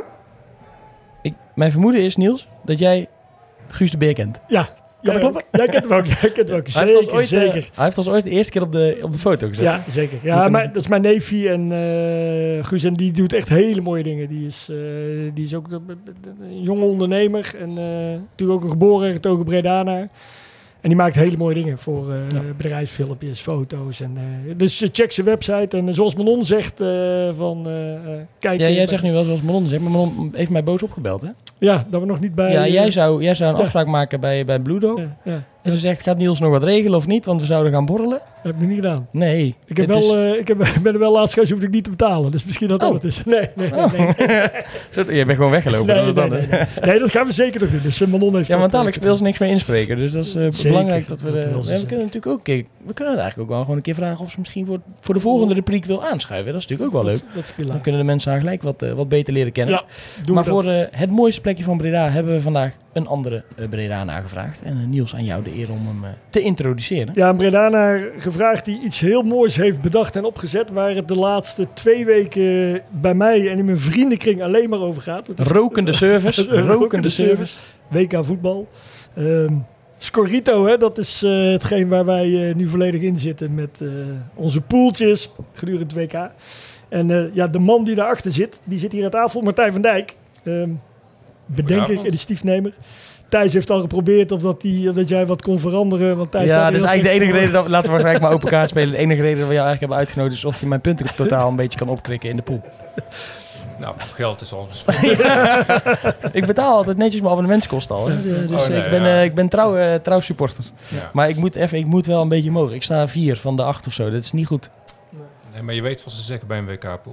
Ik, mijn vermoeden is, Niels, dat jij Guus de Beer kent. Ja. Kan dat kloppen? Jij kent hem ook. Jij kent hem ook. Hij zeker, ooit, zeker. Uh, hij heeft ons ooit de eerste keer op de, op de foto gezet. Ja, zeker. Ja, maar, dat is mijn neefje en uh, Guus. En die doet echt hele mooie dingen. Die is, uh, die is ook een jonge ondernemer. En uh, natuurlijk ook een geboren en getogen Bredanaar. En die maakt hele mooie dingen voor uh, ja. bedrijfsfilmpjes, foto's. En, uh, dus uh, check zijn website. En uh, zoals Manon zegt, uh, van uh, kijk... Ja, jij zegt nu wel zoals Manon zegt, maar Manon heeft mij boos opgebeld, hè? Ja, dat we nog niet bij... Ja, uh, jij zou, jij zou een ja. afspraak maken bij, bij Blue Dog. Ja, ja. En ze zegt, gaat Niels nog wat regelen of niet? Want we zouden gaan borrelen. Dat heb ik nog niet gedaan. Nee. Ik, heb wel, is... uh, ik heb, ben er wel laatst geweest, hoefde ik niet te betalen. Dus misschien dat dat oh. het is. Nee, nee, nee. Oh. nee. Jij bent gewoon weggelopen. Nee, dat nee, het nee, is. nee, nee. nee, dat gaan we zeker nog doen. Dus uh, Manon heeft ja, want dadelijk speelt ze niks meer inspreken. Dus dat is uh, zeker, belangrijk dat we... dat De, dat ja, we kunnen natuurlijk ook... Kijk, we kunnen het eigenlijk ook wel gewoon een keer vragen of ze misschien voor, voor de volgende rubriek wil aanschuiven. Dat is natuurlijk ook wel leuk. Dat, dat is Dan kunnen de mensen haar gelijk wat, uh, wat beter leren kennen. Ja, doen maar we voor dat. uh, het mooiste plekje van Breda hebben we vandaag een andere uh, Breda nagevraagd. En uh, Niels, aan jou de eer om hem uh, te introduceren. Ja, een Bredanaar gevraagd die iets heel moois heeft bedacht en opgezet. Waar het de laatste twee weken bij mij en in mijn vriendenkring alleen maar over gaat. Het is, Rokende service. Rokende, Rokende service. W K voetbal. Um, Scorrito, hè, dat is uh, hetgeen waar wij uh, nu volledig in zitten met uh, onze poeltjes gedurende het W K. En uh, ja, de man die daarachter zit, die zit hier aan tafel, Martijn van Dijk. Um, bedenker, initiatiefnemer. Thijs heeft al geprobeerd of dat, die, of dat jij wat kon veranderen. Want Thijs ja, dus eigenlijk de enige voor. reden dat laten we gelijk maar open kaart spelen. De enige reden dat we jou eigenlijk hebben uitgenodigd is of je mijn punten totaal een beetje kan opkrikken in de pool. Nou, geld is alles besproken. Ja. Ik betaal altijd netjes mijn abonnementskosten al. Hè. Dus oh, nee, ik ben, ja. uh, ik ben trouw, uh, trouw supporter. Ja. Maar ik moet, even, ik moet wel een beetje omhoog. Ik sta vier van de acht of zo. Dat is niet goed. Nee, maar je weet wat ze zeggen bij een W K-pool.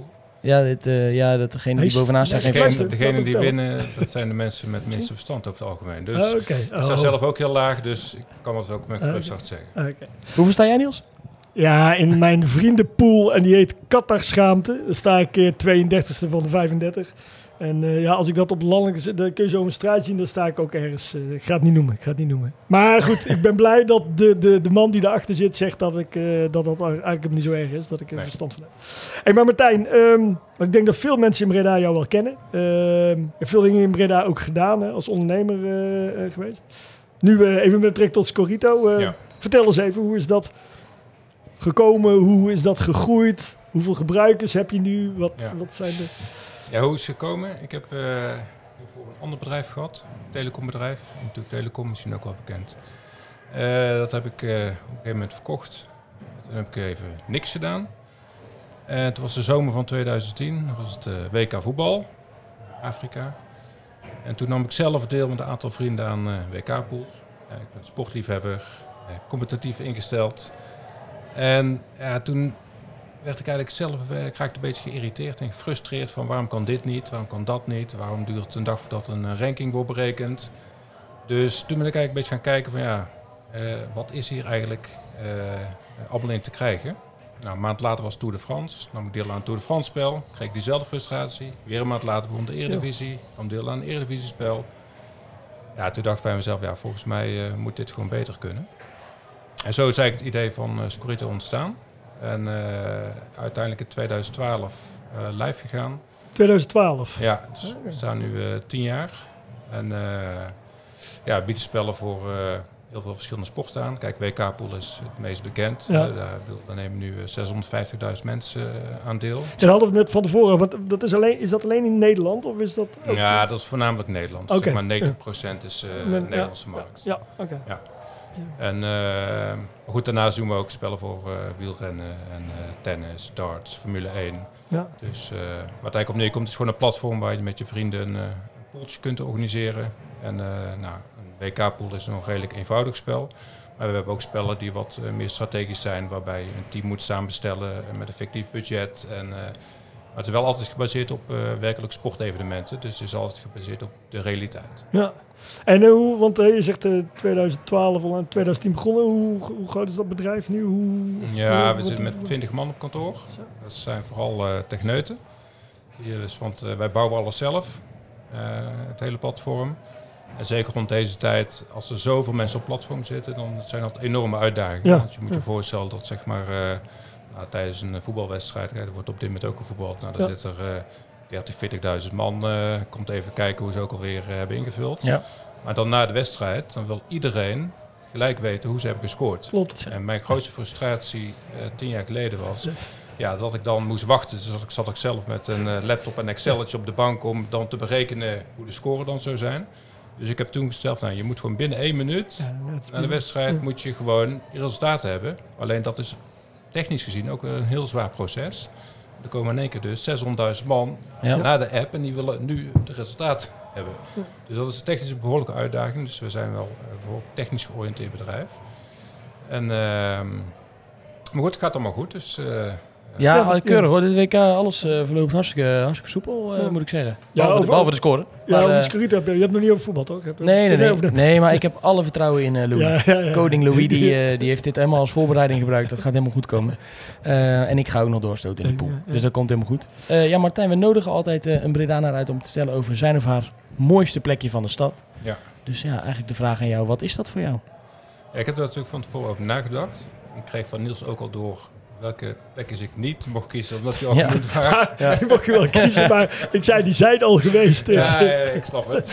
Ja, dit, uh, ja dat degene die Hij bovenaan staat... is- heeft Degene, Laat degene hem die vertellen. winnen, dat zijn de mensen met minste verstand over het algemeen. Dus Ah, oké. ik Oh. sta zelf ook heel laag, dus ik kan het ook met Ah, gerust oké. hart zeggen. Ah, oké. Hoeveel sta jij, Niels? Ja, in mijn vriendenpool, en die heet Qatar-schaamte, daar sta ik uh, tweeëndertigste van de vijfendertig. En uh, ja, als ik dat op landelijk zet, dan kun je zo een straat zien, dan sta ik ook ergens. Uh, ik ga het niet noemen, ik ga het niet noemen. Maar goed, ik ben blij dat de, de, de man die daarachter zit zegt dat ik, uh, dat, dat eigenlijk niet zo erg is, dat ik er Nee. verstand van heb. Hey, maar Martijn, um, ik denk dat veel mensen in Breda jou wel kennen. Uh, je hebt veel dingen in Breda ook gedaan, hè, als ondernemer uh, uh, geweest. Nu uh, even met betrekking tot Scorito. Uh, Ja. Vertel eens even, hoe is dat gekomen? Hoe is dat gegroeid? Hoeveel gebruikers heb je nu? Wat, Ja. wat zijn de... Ja, hoe is het gekomen? Ik heb uh, voor een ander bedrijf gehad, een telecombedrijf. Natuurlijk Telecom, misschien ook wel bekend. Uh, dat heb ik uh, op een gegeven moment verkocht. Toen heb ik even niks gedaan. En het was de zomer van tweeduizend tien, dat was het uh, W K voetbal, Afrika. En toen nam ik zelf deel met een aantal vrienden aan uh, W K-pools. Ja, ik ben sportliefhebber, uh, competitief ingesteld. En ja, toen werd ik eigenlijk zelf uh, ik raakte een beetje geïrriteerd en gefrustreerd van waarom kan dit niet, waarom kan dat niet, waarom duurt het een dag voordat een uh, ranking wordt berekend. Dus toen ben ik eigenlijk een beetje gaan kijken van ja, uh, wat is hier eigenlijk uh, allemaal in te krijgen. Nou, een maand later was Tour de France, nam ik deel aan het Tour de France spel, kreeg ik diezelfde frustratie. Weer een maand later begon de Eredivisie, nam deel aan een Eredivisie spel. Ja, toen dacht ik bij mezelf, ja, volgens mij uh, moet dit gewoon beter kunnen. En zo is eigenlijk het idee van uh, Scorito ontstaan. En uh, uiteindelijk in tweeduizend twaalf uh, live gegaan. tweeduizend twaalf? Ja, dus we staan nu uh, tien jaar. En uh, ja, bieden spellen voor uh, heel veel verschillende sporten aan. Kijk, W K-pool is het meest bekend. Ja. Uh, daar, daar nemen nu uh, zeshonderdvijftigduizend mensen uh, aan deel. En hadden we het net van tevoren, want dat is, alleen, is dat alleen in Nederland of is dat ook... Ja, dat is voornamelijk Nederland. Oké. Zeg maar negentig procent is uh, Ja. Nederlandse markt. Ja, oké. Okay. Ja. En uh, goed, daarnaast doen we ook spellen voor uh, wielrennen en uh, tennis, darts, Formule één. Ja. Dus uh, wat eigenlijk op neerkomt is gewoon een platform waar je met je vrienden een, uh, een pooltje kunt organiseren. En uh, nou, een W K-pool is een redelijk eenvoudig spel. Maar we hebben ook spellen die wat uh, meer strategisch zijn, waarbij je een team moet samenstellen met een fictief budget. En, uh, maar het is wel altijd gebaseerd op uh, werkelijk sportevenementen, dus het is altijd gebaseerd op de realiteit. Ja. En uh, hoe, want uh, je zegt uh, tweeduizend twaalf al en tweeduizend tien begonnen. Hoe, hoe groot is dat bedrijf nu? Hoe, Ja, hoe, we zitten met twintig man op kantoor. Zo. Dat zijn vooral uh, techneuten. Die, dus, want uh, wij bouwen alles zelf, uh, het hele platform. En zeker rond deze tijd, als er zoveel mensen op platform zitten, dan zijn dat enorme uitdagingen. Ja. Want je moet je Ja. voorstellen dat zeg maar, uh, nou, tijdens een voetbalwedstrijd, er wordt op dit moment ook gevoetbald, nou, daar Ja. zit er uh, dertig, veertigduizend man, uh, komt even kijken hoe ze ook alweer uh, hebben ingevuld. Ja. Maar dan na de wedstrijd, dan wil iedereen gelijk weten hoe ze hebben gescoord. Klopt. En mijn grootste frustratie uh, tien jaar geleden was ja, dat ik dan moest wachten. Dus ik zat ik zelf met een uh, laptop en Excelletje op de bank om dan te berekenen hoe de score dan zou zijn. Dus ik heb toen gesteld, nou, je moet gewoon binnen één minuut Ja, het- na de wedstrijd ja. moet je gewoon je resultaten hebben. Alleen dat is technisch gezien ook een heel zwaar proces. Er komen in één keer dus zeshonderdduizend man Ja. naar de app en die willen nu de resultaat hebben. Dus dat is technisch een behoorlijke uitdaging. Dus we zijn wel een behoorlijk technisch georiënteerd bedrijf. En, uh, maar goed, het gaat allemaal goed. Dus, uh, Ja, Ja, keurig ja. hoor. Dit W K, alles uh, verloopt hartstikke, hartstikke soepel, uh, Ja. moet ik zeggen. Ja, Behalve, de, over- behalve de score. Ja, Maar, over uh, het Scorito heb je, je hebt nog niet over voetbal, toch? Je hebt nee, nee, nee. over de- Nee, maar ik heb alle vertrouwen in uh, Louis. Ja, ja, ja. Koning Louis, die, uh, die heeft dit helemaal als voorbereiding gebruikt. Dat gaat helemaal goed komen. Uh, en ik ga ook nog doorstoten in de pool. Ja, ja. Dus dat komt helemaal goed. Uh, ja, Martijn, we nodigen altijd uh, een Bredaner uit om te vertellen over zijn of haar mooiste plekje van de stad. Ja. Dus ja, eigenlijk de vraag aan jou, wat is dat voor jou? Ja, ik heb er natuurlijk van tevoren over nagedacht. Ik kreeg van Niels ook al door welke plekjes ik niet mocht kiezen, omdat die al Ja. genoemd waren. Ja. Die mag je wel kiezen, maar ik zei, die zijn al geweest. Dus. Ja, ja, ja, ik snap het.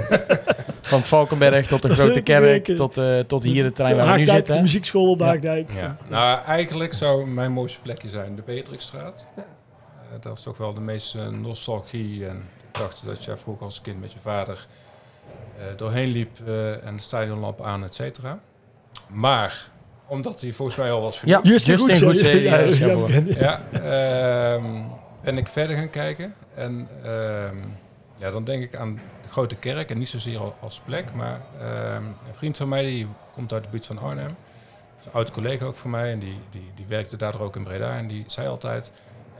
Van het Valkenberg tot de Grote Kerk, tot, uh, tot hier het terrein waar we nu Haakdijk, zitten. de hè? muziekschool op de Ja. Haakdijk. Ja. Nou, eigenlijk zou mijn mooiste plekje zijn de Beatrixstraat. Uh, dat is toch wel de meeste nostalgie. En ik dacht dat je vroeger als kind met je vader uh, doorheen liep uh, en de stadionlamp aan, et cetera. Maar, omdat hij volgens mij al was Ja, vernieuwd, Justin Goedzee. Goedzee, Ja, ja, is ja, jouw ja, ja. Ja, ehm, ben ik verder gaan kijken. En ehm, ja, dan denk ik aan de Grote Kerk. En niet zozeer al- als plek. Maar ehm, een vriend van mij die komt uit de buurt van Arnhem. Dat is een oud collega ook van mij. En die, die, die werkte daardoor ook in Breda. En die zei altijd...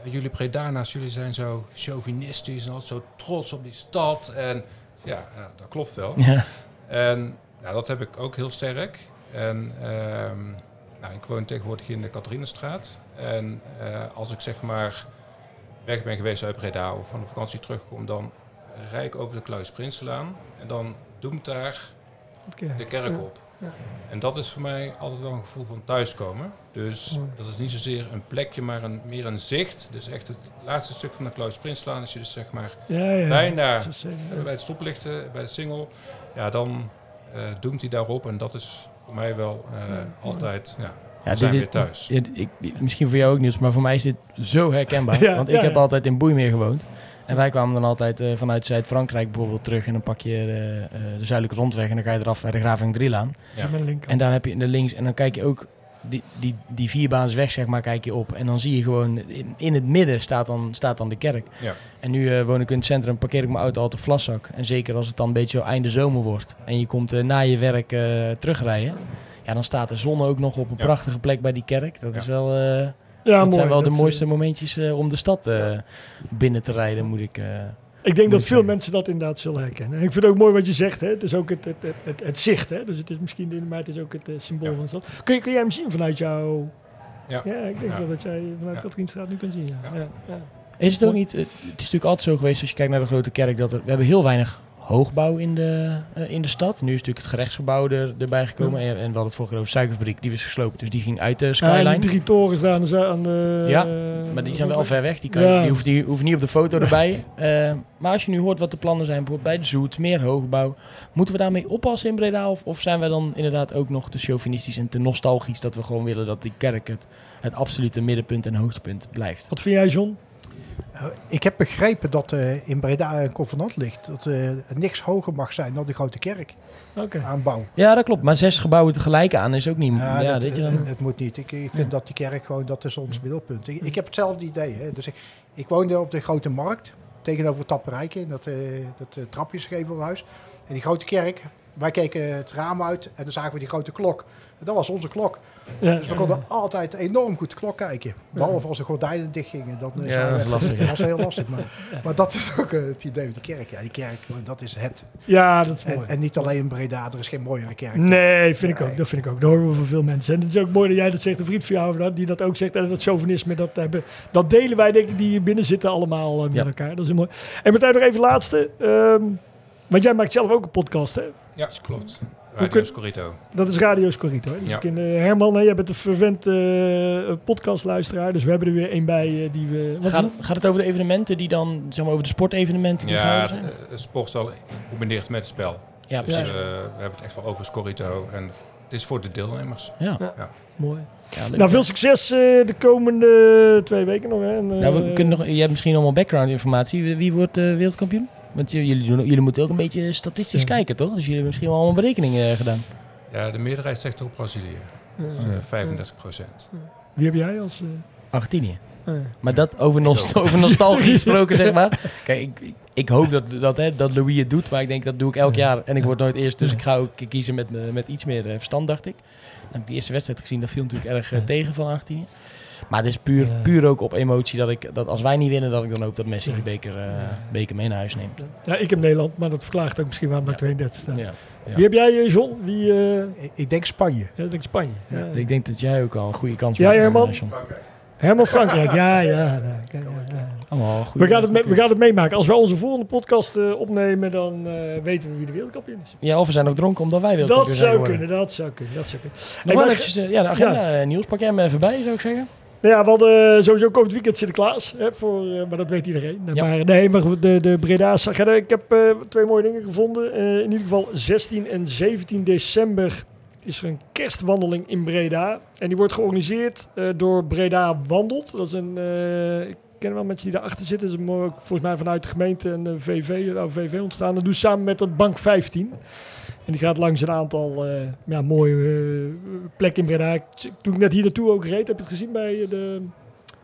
jullie Bredana's, jullie zijn zo chauvinistisch en altijd zo trots op die stad. En ja, ja dat klopt wel. Ja. En nou, dat heb ik ook heel sterk. En um, nou, ik woon tegenwoordig in de Katharinestraat. En uh, als ik zeg maar weg ben geweest uit Breda of van de vakantie terugkom, dan rijd ik over de Klaus Prinsenlaan. En dan doemt daar Okay. de kerk op. Ja. En dat is voor mij altijd wel een gevoel van thuiskomen. Dus Ja. dat is niet zozeer een plekje, maar een, meer een zicht. Dus echt het laatste stuk van de Klaus Prinsenlaan. Als je dus zeg maar Ja, ja. bijna Dat is, uh, ja. bij het stoplichten, bij de Singel, ja, dan uh, doemt hij daarop. En dat is voor mij wel uh, Ja. altijd, ja, Ja, we zijn dit- weer thuis. Ja, ik, misschien voor jou ook niet, maar voor mij is dit zo herkenbaar. Ja, want ik ja, heb ja. altijd in Boeimeer gewoond. En wij kwamen dan altijd uh, vanuit Zuid-Frankrijk bijvoorbeeld terug. En dan pak je de, uh, de zuidelijke rondweg en dan ga je eraf bij de Graving Drielaan. Dat is mijn linker. En daar heb je de links en dan kijk je ook die, die, die vierbaansweg, zeg maar, kijk je op. En dan zie je gewoon, in, in het midden staat dan, staat dan de kerk. Ja. En nu uh, woon ik in het centrum, parkeer ik mijn auto altijd op Vlaszak. En zeker als het dan een beetje zo einde zomer wordt. En je komt uh, na je werk uh, terugrijden. Ja, dan staat de zon ook nog op een Ja. prachtige plek bij die kerk. Dat Ja. is wel... Uh, Ja, dat mooi. zijn wel de Dat, mooiste uh, momentjes uh, om de stad uh, binnen te rijden, moet ik... Uh, Ik denk dat Moet veel ik mensen dat inderdaad zullen herkennen. En ik vind het ook mooi wat je zegt. Hè? Het is ook het, het, het, het, het zicht. Hè? Dus het is misschien de, maar het is ook het uh, symbool Ja. van de stad. Kun, je, kun jij hem zien vanuit jouw... Ja. Ja, ik denk Ja. wel dat jij vanuit Ja. Katrienstraat nu kan zien. Ja. Ja. Ja. Ja. is het ook niet... Het is natuurlijk altijd zo geweest, als je kijkt naar de grote kerk, dat er, we hebben heel weinig hoogbouw in de, uh, in de stad. Nu is natuurlijk het gerechtsgebouw er, erbij gekomen. En, en we hadden het vorige over de suikerfabriek, die was gesloopt. Dus die ging uit de Ah, skyline. en die drie torens daar aan de... zu- Aan de Ja, uh, Maar die zijn wel ver weg. Die, kan, Ja. die, hoeft, die hoeft niet op de foto erbij. Uh, maar als je nu hoort wat de plannen zijn, bijvoorbeeld bij de Zoet, meer hoogbouw. Moeten we daarmee oppassen in Breda? Of, of zijn wij dan inderdaad ook nog te chauvinistisch en te nostalgisch, dat we gewoon willen dat die kerk het, het absolute middenpunt en hoogtepunt blijft? Wat vind jij, John? Uh, ik heb begrepen dat uh, in Breda een convenant ligt. Dat uh, niks hoger mag zijn dan de grote kerk Oké. aan bouw. Ja, dat klopt. Maar zes gebouwen tegelijk aan is ook niet... Ja, Ja, dat, weet je uh, dan... het moet niet. Ik, ik vind dat die kerk gewoon, dat is ons middelpunt. Ik, ik heb hetzelfde idee. Hè. Dus ik, ik woonde op de Grote Markt, tegenover Tapperijke, in dat, uh, dat uh, trapjesgevelhuis. En die grote kerk, wij keken het raam uit en dan zagen we die grote klok. En dat was onze klok. Ja. Dus we konden altijd enorm goed de klok kijken. Behalve als de gordijnen dicht gingen. Dan, uh, Ja, zagen we dat is even- lastig, Dat was heel lastig. Maar, maar dat is ook uh, het idee met die kerk. Ja, die kerk, dat is het. Ja, dat is mooi. En, en niet alleen in Breda, er is geen mooiere kerk. Nee, vind ik Nee. ook. Dat vind ik ook. Dat horen we van veel mensen. En het is ook mooi dat jij dat zegt. Een vriend van jou dat- die dat ook zegt. En dat chauvinisme, dat, hebben, dat delen wij denk ik die hier binnen zitten allemaal uh, met Ja. elkaar. Dat is mooi. En Martijn, nog even laatste. Um, want jij maakt zelf ook een podcast, hè? Ja, klopt. Hoe Radio kun- Scorito. Dat is Radio Scorito. Hè? Dus Ja. ik ken, uh, Herman, hè, jij bent een vervent uh, podcastluisteraar. Dus we hebben er weer één bij uh, die we... wat- Gaat, gaat het over de evenementen die dan, zeg maar over de sportevenementen die Ja, gehouden zijn? uh, sport is al gecombineerd met het spel. Ja, Dus precies. uh, we hebben het echt wel over Scorito. En het is voor de deelnemers. Ja. Ja. Mooi. Ja, leuk. Nou, veel succes uh, de komende twee weken nog. Hè? En, uh, Nou, we kunnen nog, je hebt misschien allemaal background informatie. Wie, wie wordt uh, wereldkampioen? Want j- jullie, doen, jullie moeten ook een beetje statistisch Ja. kijken, toch? Dus jullie hebben misschien wel allemaal berekeningen uh, gedaan. Ja, de meerderheid zegt toch Brazilië. uh, Dus uh, vijfendertig procent. Wie heb jij als... Uh, Argentinië. uh, Maar dat over, nost over nostalgie gesproken, zeg maar. Kijk, ik, ik, ik hoop dat, dat, hè, dat Louis het doet, maar ik denk dat doe ik elk jaar. En ik word nooit eerst, dus ik ga ook kiezen met, uh, met iets meer uh, verstand, dacht ik. Dan heb ik de eerste wedstrijd gezien, dat viel natuurlijk erg uh, tegen van Argentinië. Maar het is puur, puur ook op emotie dat ik, dat als wij niet winnen, dat ik dan hoop dat Messi de beker, uh, beker mee naar huis neemt. ja, ik heb Nederland, maar dat verklaart ook misschien waarom ik tweeëndertig sta. Ja. Ja. Wie heb jij, uh, John? Wie, uh, Ik, ik denk Spanje. ja, ik denk Spanje. Ja. Ja, ik denk dat jij ook al een goede kans Ja, maakt. Herman? uh, John. Herman Frankrijk, ja, ja. ja, kijk, ja, ja. Allemaal goede, We gaan, het me- goede- we gaan het meemaken. Als we onze volgende podcast uh, opnemen, dan uh, weten we wie de wereldkampioen is. Ja, of we zijn nog dronken omdat wij Dat wereldkampioen zijn zou geworden. kunnen, dat zou kunnen, dat zou kunnen. Nog Hey, wel maar- eventjes, uh, ja, de agenda, uh, Niels, pak jij hem even bij, zou ik zeggen. Nou ja, we hadden sowieso komend weekend Sinterklaas, hè, voor, uh, maar dat weet iedereen. Ja. Maar nee, maar goed, de, de Breda's agenda. Ik heb uh, twee mooie dingen gevonden. Uh, in ieder geval zestien en zeventien december is er een kerstwandeling in Breda. En die wordt georganiseerd uh, door Breda Wandelt. Dat is een... Uh, ik ken wel mensen die daarachter zitten. Dat is een, mooi- volgens mij vanuit de gemeente en de V V, de V V ontstaan. Dat doen ze samen met de Bank vijftien. En die gaat langs een aantal uh, ja, mooie uh, plekken in Breda. Ik- Toen ik net hier naartoe ook reed, heb je het gezien bij de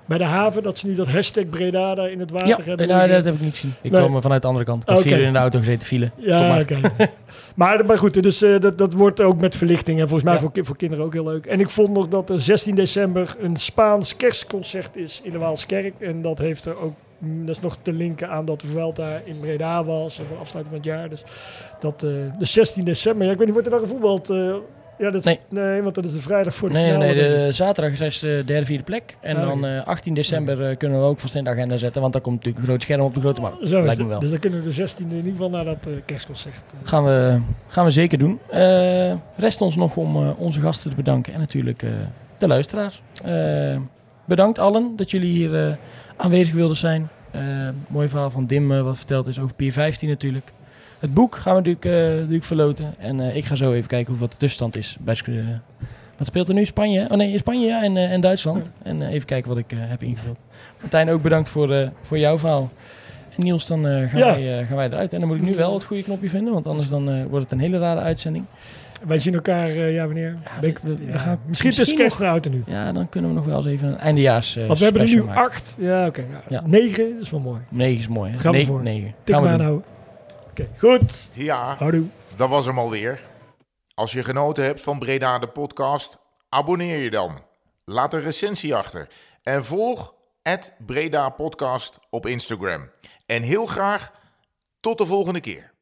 bij de haven, dat ze nu dat hashtag Breda daar in het water Ja, hebben. nou, dat heb ik niet gezien. Ik Nee. kwam vanuit de andere kant. Ik heb Oké. vier uur in de auto gezeten, file. Stop Ja, maar. oké. maar, maar goed, dus uh, dat, dat wordt ook met verlichting. En volgens mij Ja. voor, ki- voor kinderen ook heel leuk. En ik vond nog dat er zestien december een Spaans kerstconcert is in de Waalskerk. En dat heeft er ook, mm, dat is nog te linken aan dat de Vuelta in Breda was. En voor de afsluiting van het jaar. Dus dat, uh, de zestien december. Ja, ik weet niet, wordt er dan gevoetbald? Uh, ja, dat is, Nee. nee, want dat is de vrijdag voor de Nee, finale. nee, denk ik. de, zaterdag is de derde, vierde plek. En Ah, dan oké. uh, achttien december uh, kunnen we ook vast in de agenda zetten. Want dan komt natuurlijk een groot scherm op de grote markt. Zo is Lijkt me het. wel. Dus dan kunnen we de zestiende in ieder geval naar dat uh, kerstconcert. Uh. Gaan we, gaan we zeker doen. Uh, rest ons nog om uh, onze gasten te bedanken. En natuurlijk uh, de luisteraars. Uh, bedankt allen dat jullie hier uh, aanwezig wilden zijn. Uh, mooi verhaal van Dim uh, wat verteld is over Pier vijftien natuurlijk. Het boek gaan we natuurlijk, uh, natuurlijk verloten. En uh, ik ga zo even kijken hoe wat de tussenstand is. Bij, uh, wat speelt er nu? Spanje? Oh nee, Spanje ja, en, uh, en Duitsland. En uh, even kijken wat ik uh, heb ingevuld. Martijn, ook bedankt voor, uh, voor jouw verhaal. En Niels, dan uh, gaan, Ja. wij, uh, gaan wij eruit. En dan moet ik nu wel het goede knopje vinden. Want anders dan, uh, wordt het een hele rare uitzending. Wij zien elkaar, uh, ja wanneer? Ja, Ben ik- we- we ja, gaan misschien tussen nog- kerst en oud en nu. Ja, dan kunnen we nog wel eens even een eindejaars uh, Want we hebben er nu special maken. acht. Ja, oké. ja. Ja. Negen is wel mooi. Negen is mooi. Hè? Gaan we negen, voor. negen. Tik Gaan we maar doen. nou. Oké, goed. Ja, Houdoe. dat was hem alweer. Als je genoten hebt van Breda de podcast, abonneer je dan. Laat een recensie achter. En volg at Breda Podcast op Instagram. En heel graag tot de volgende keer.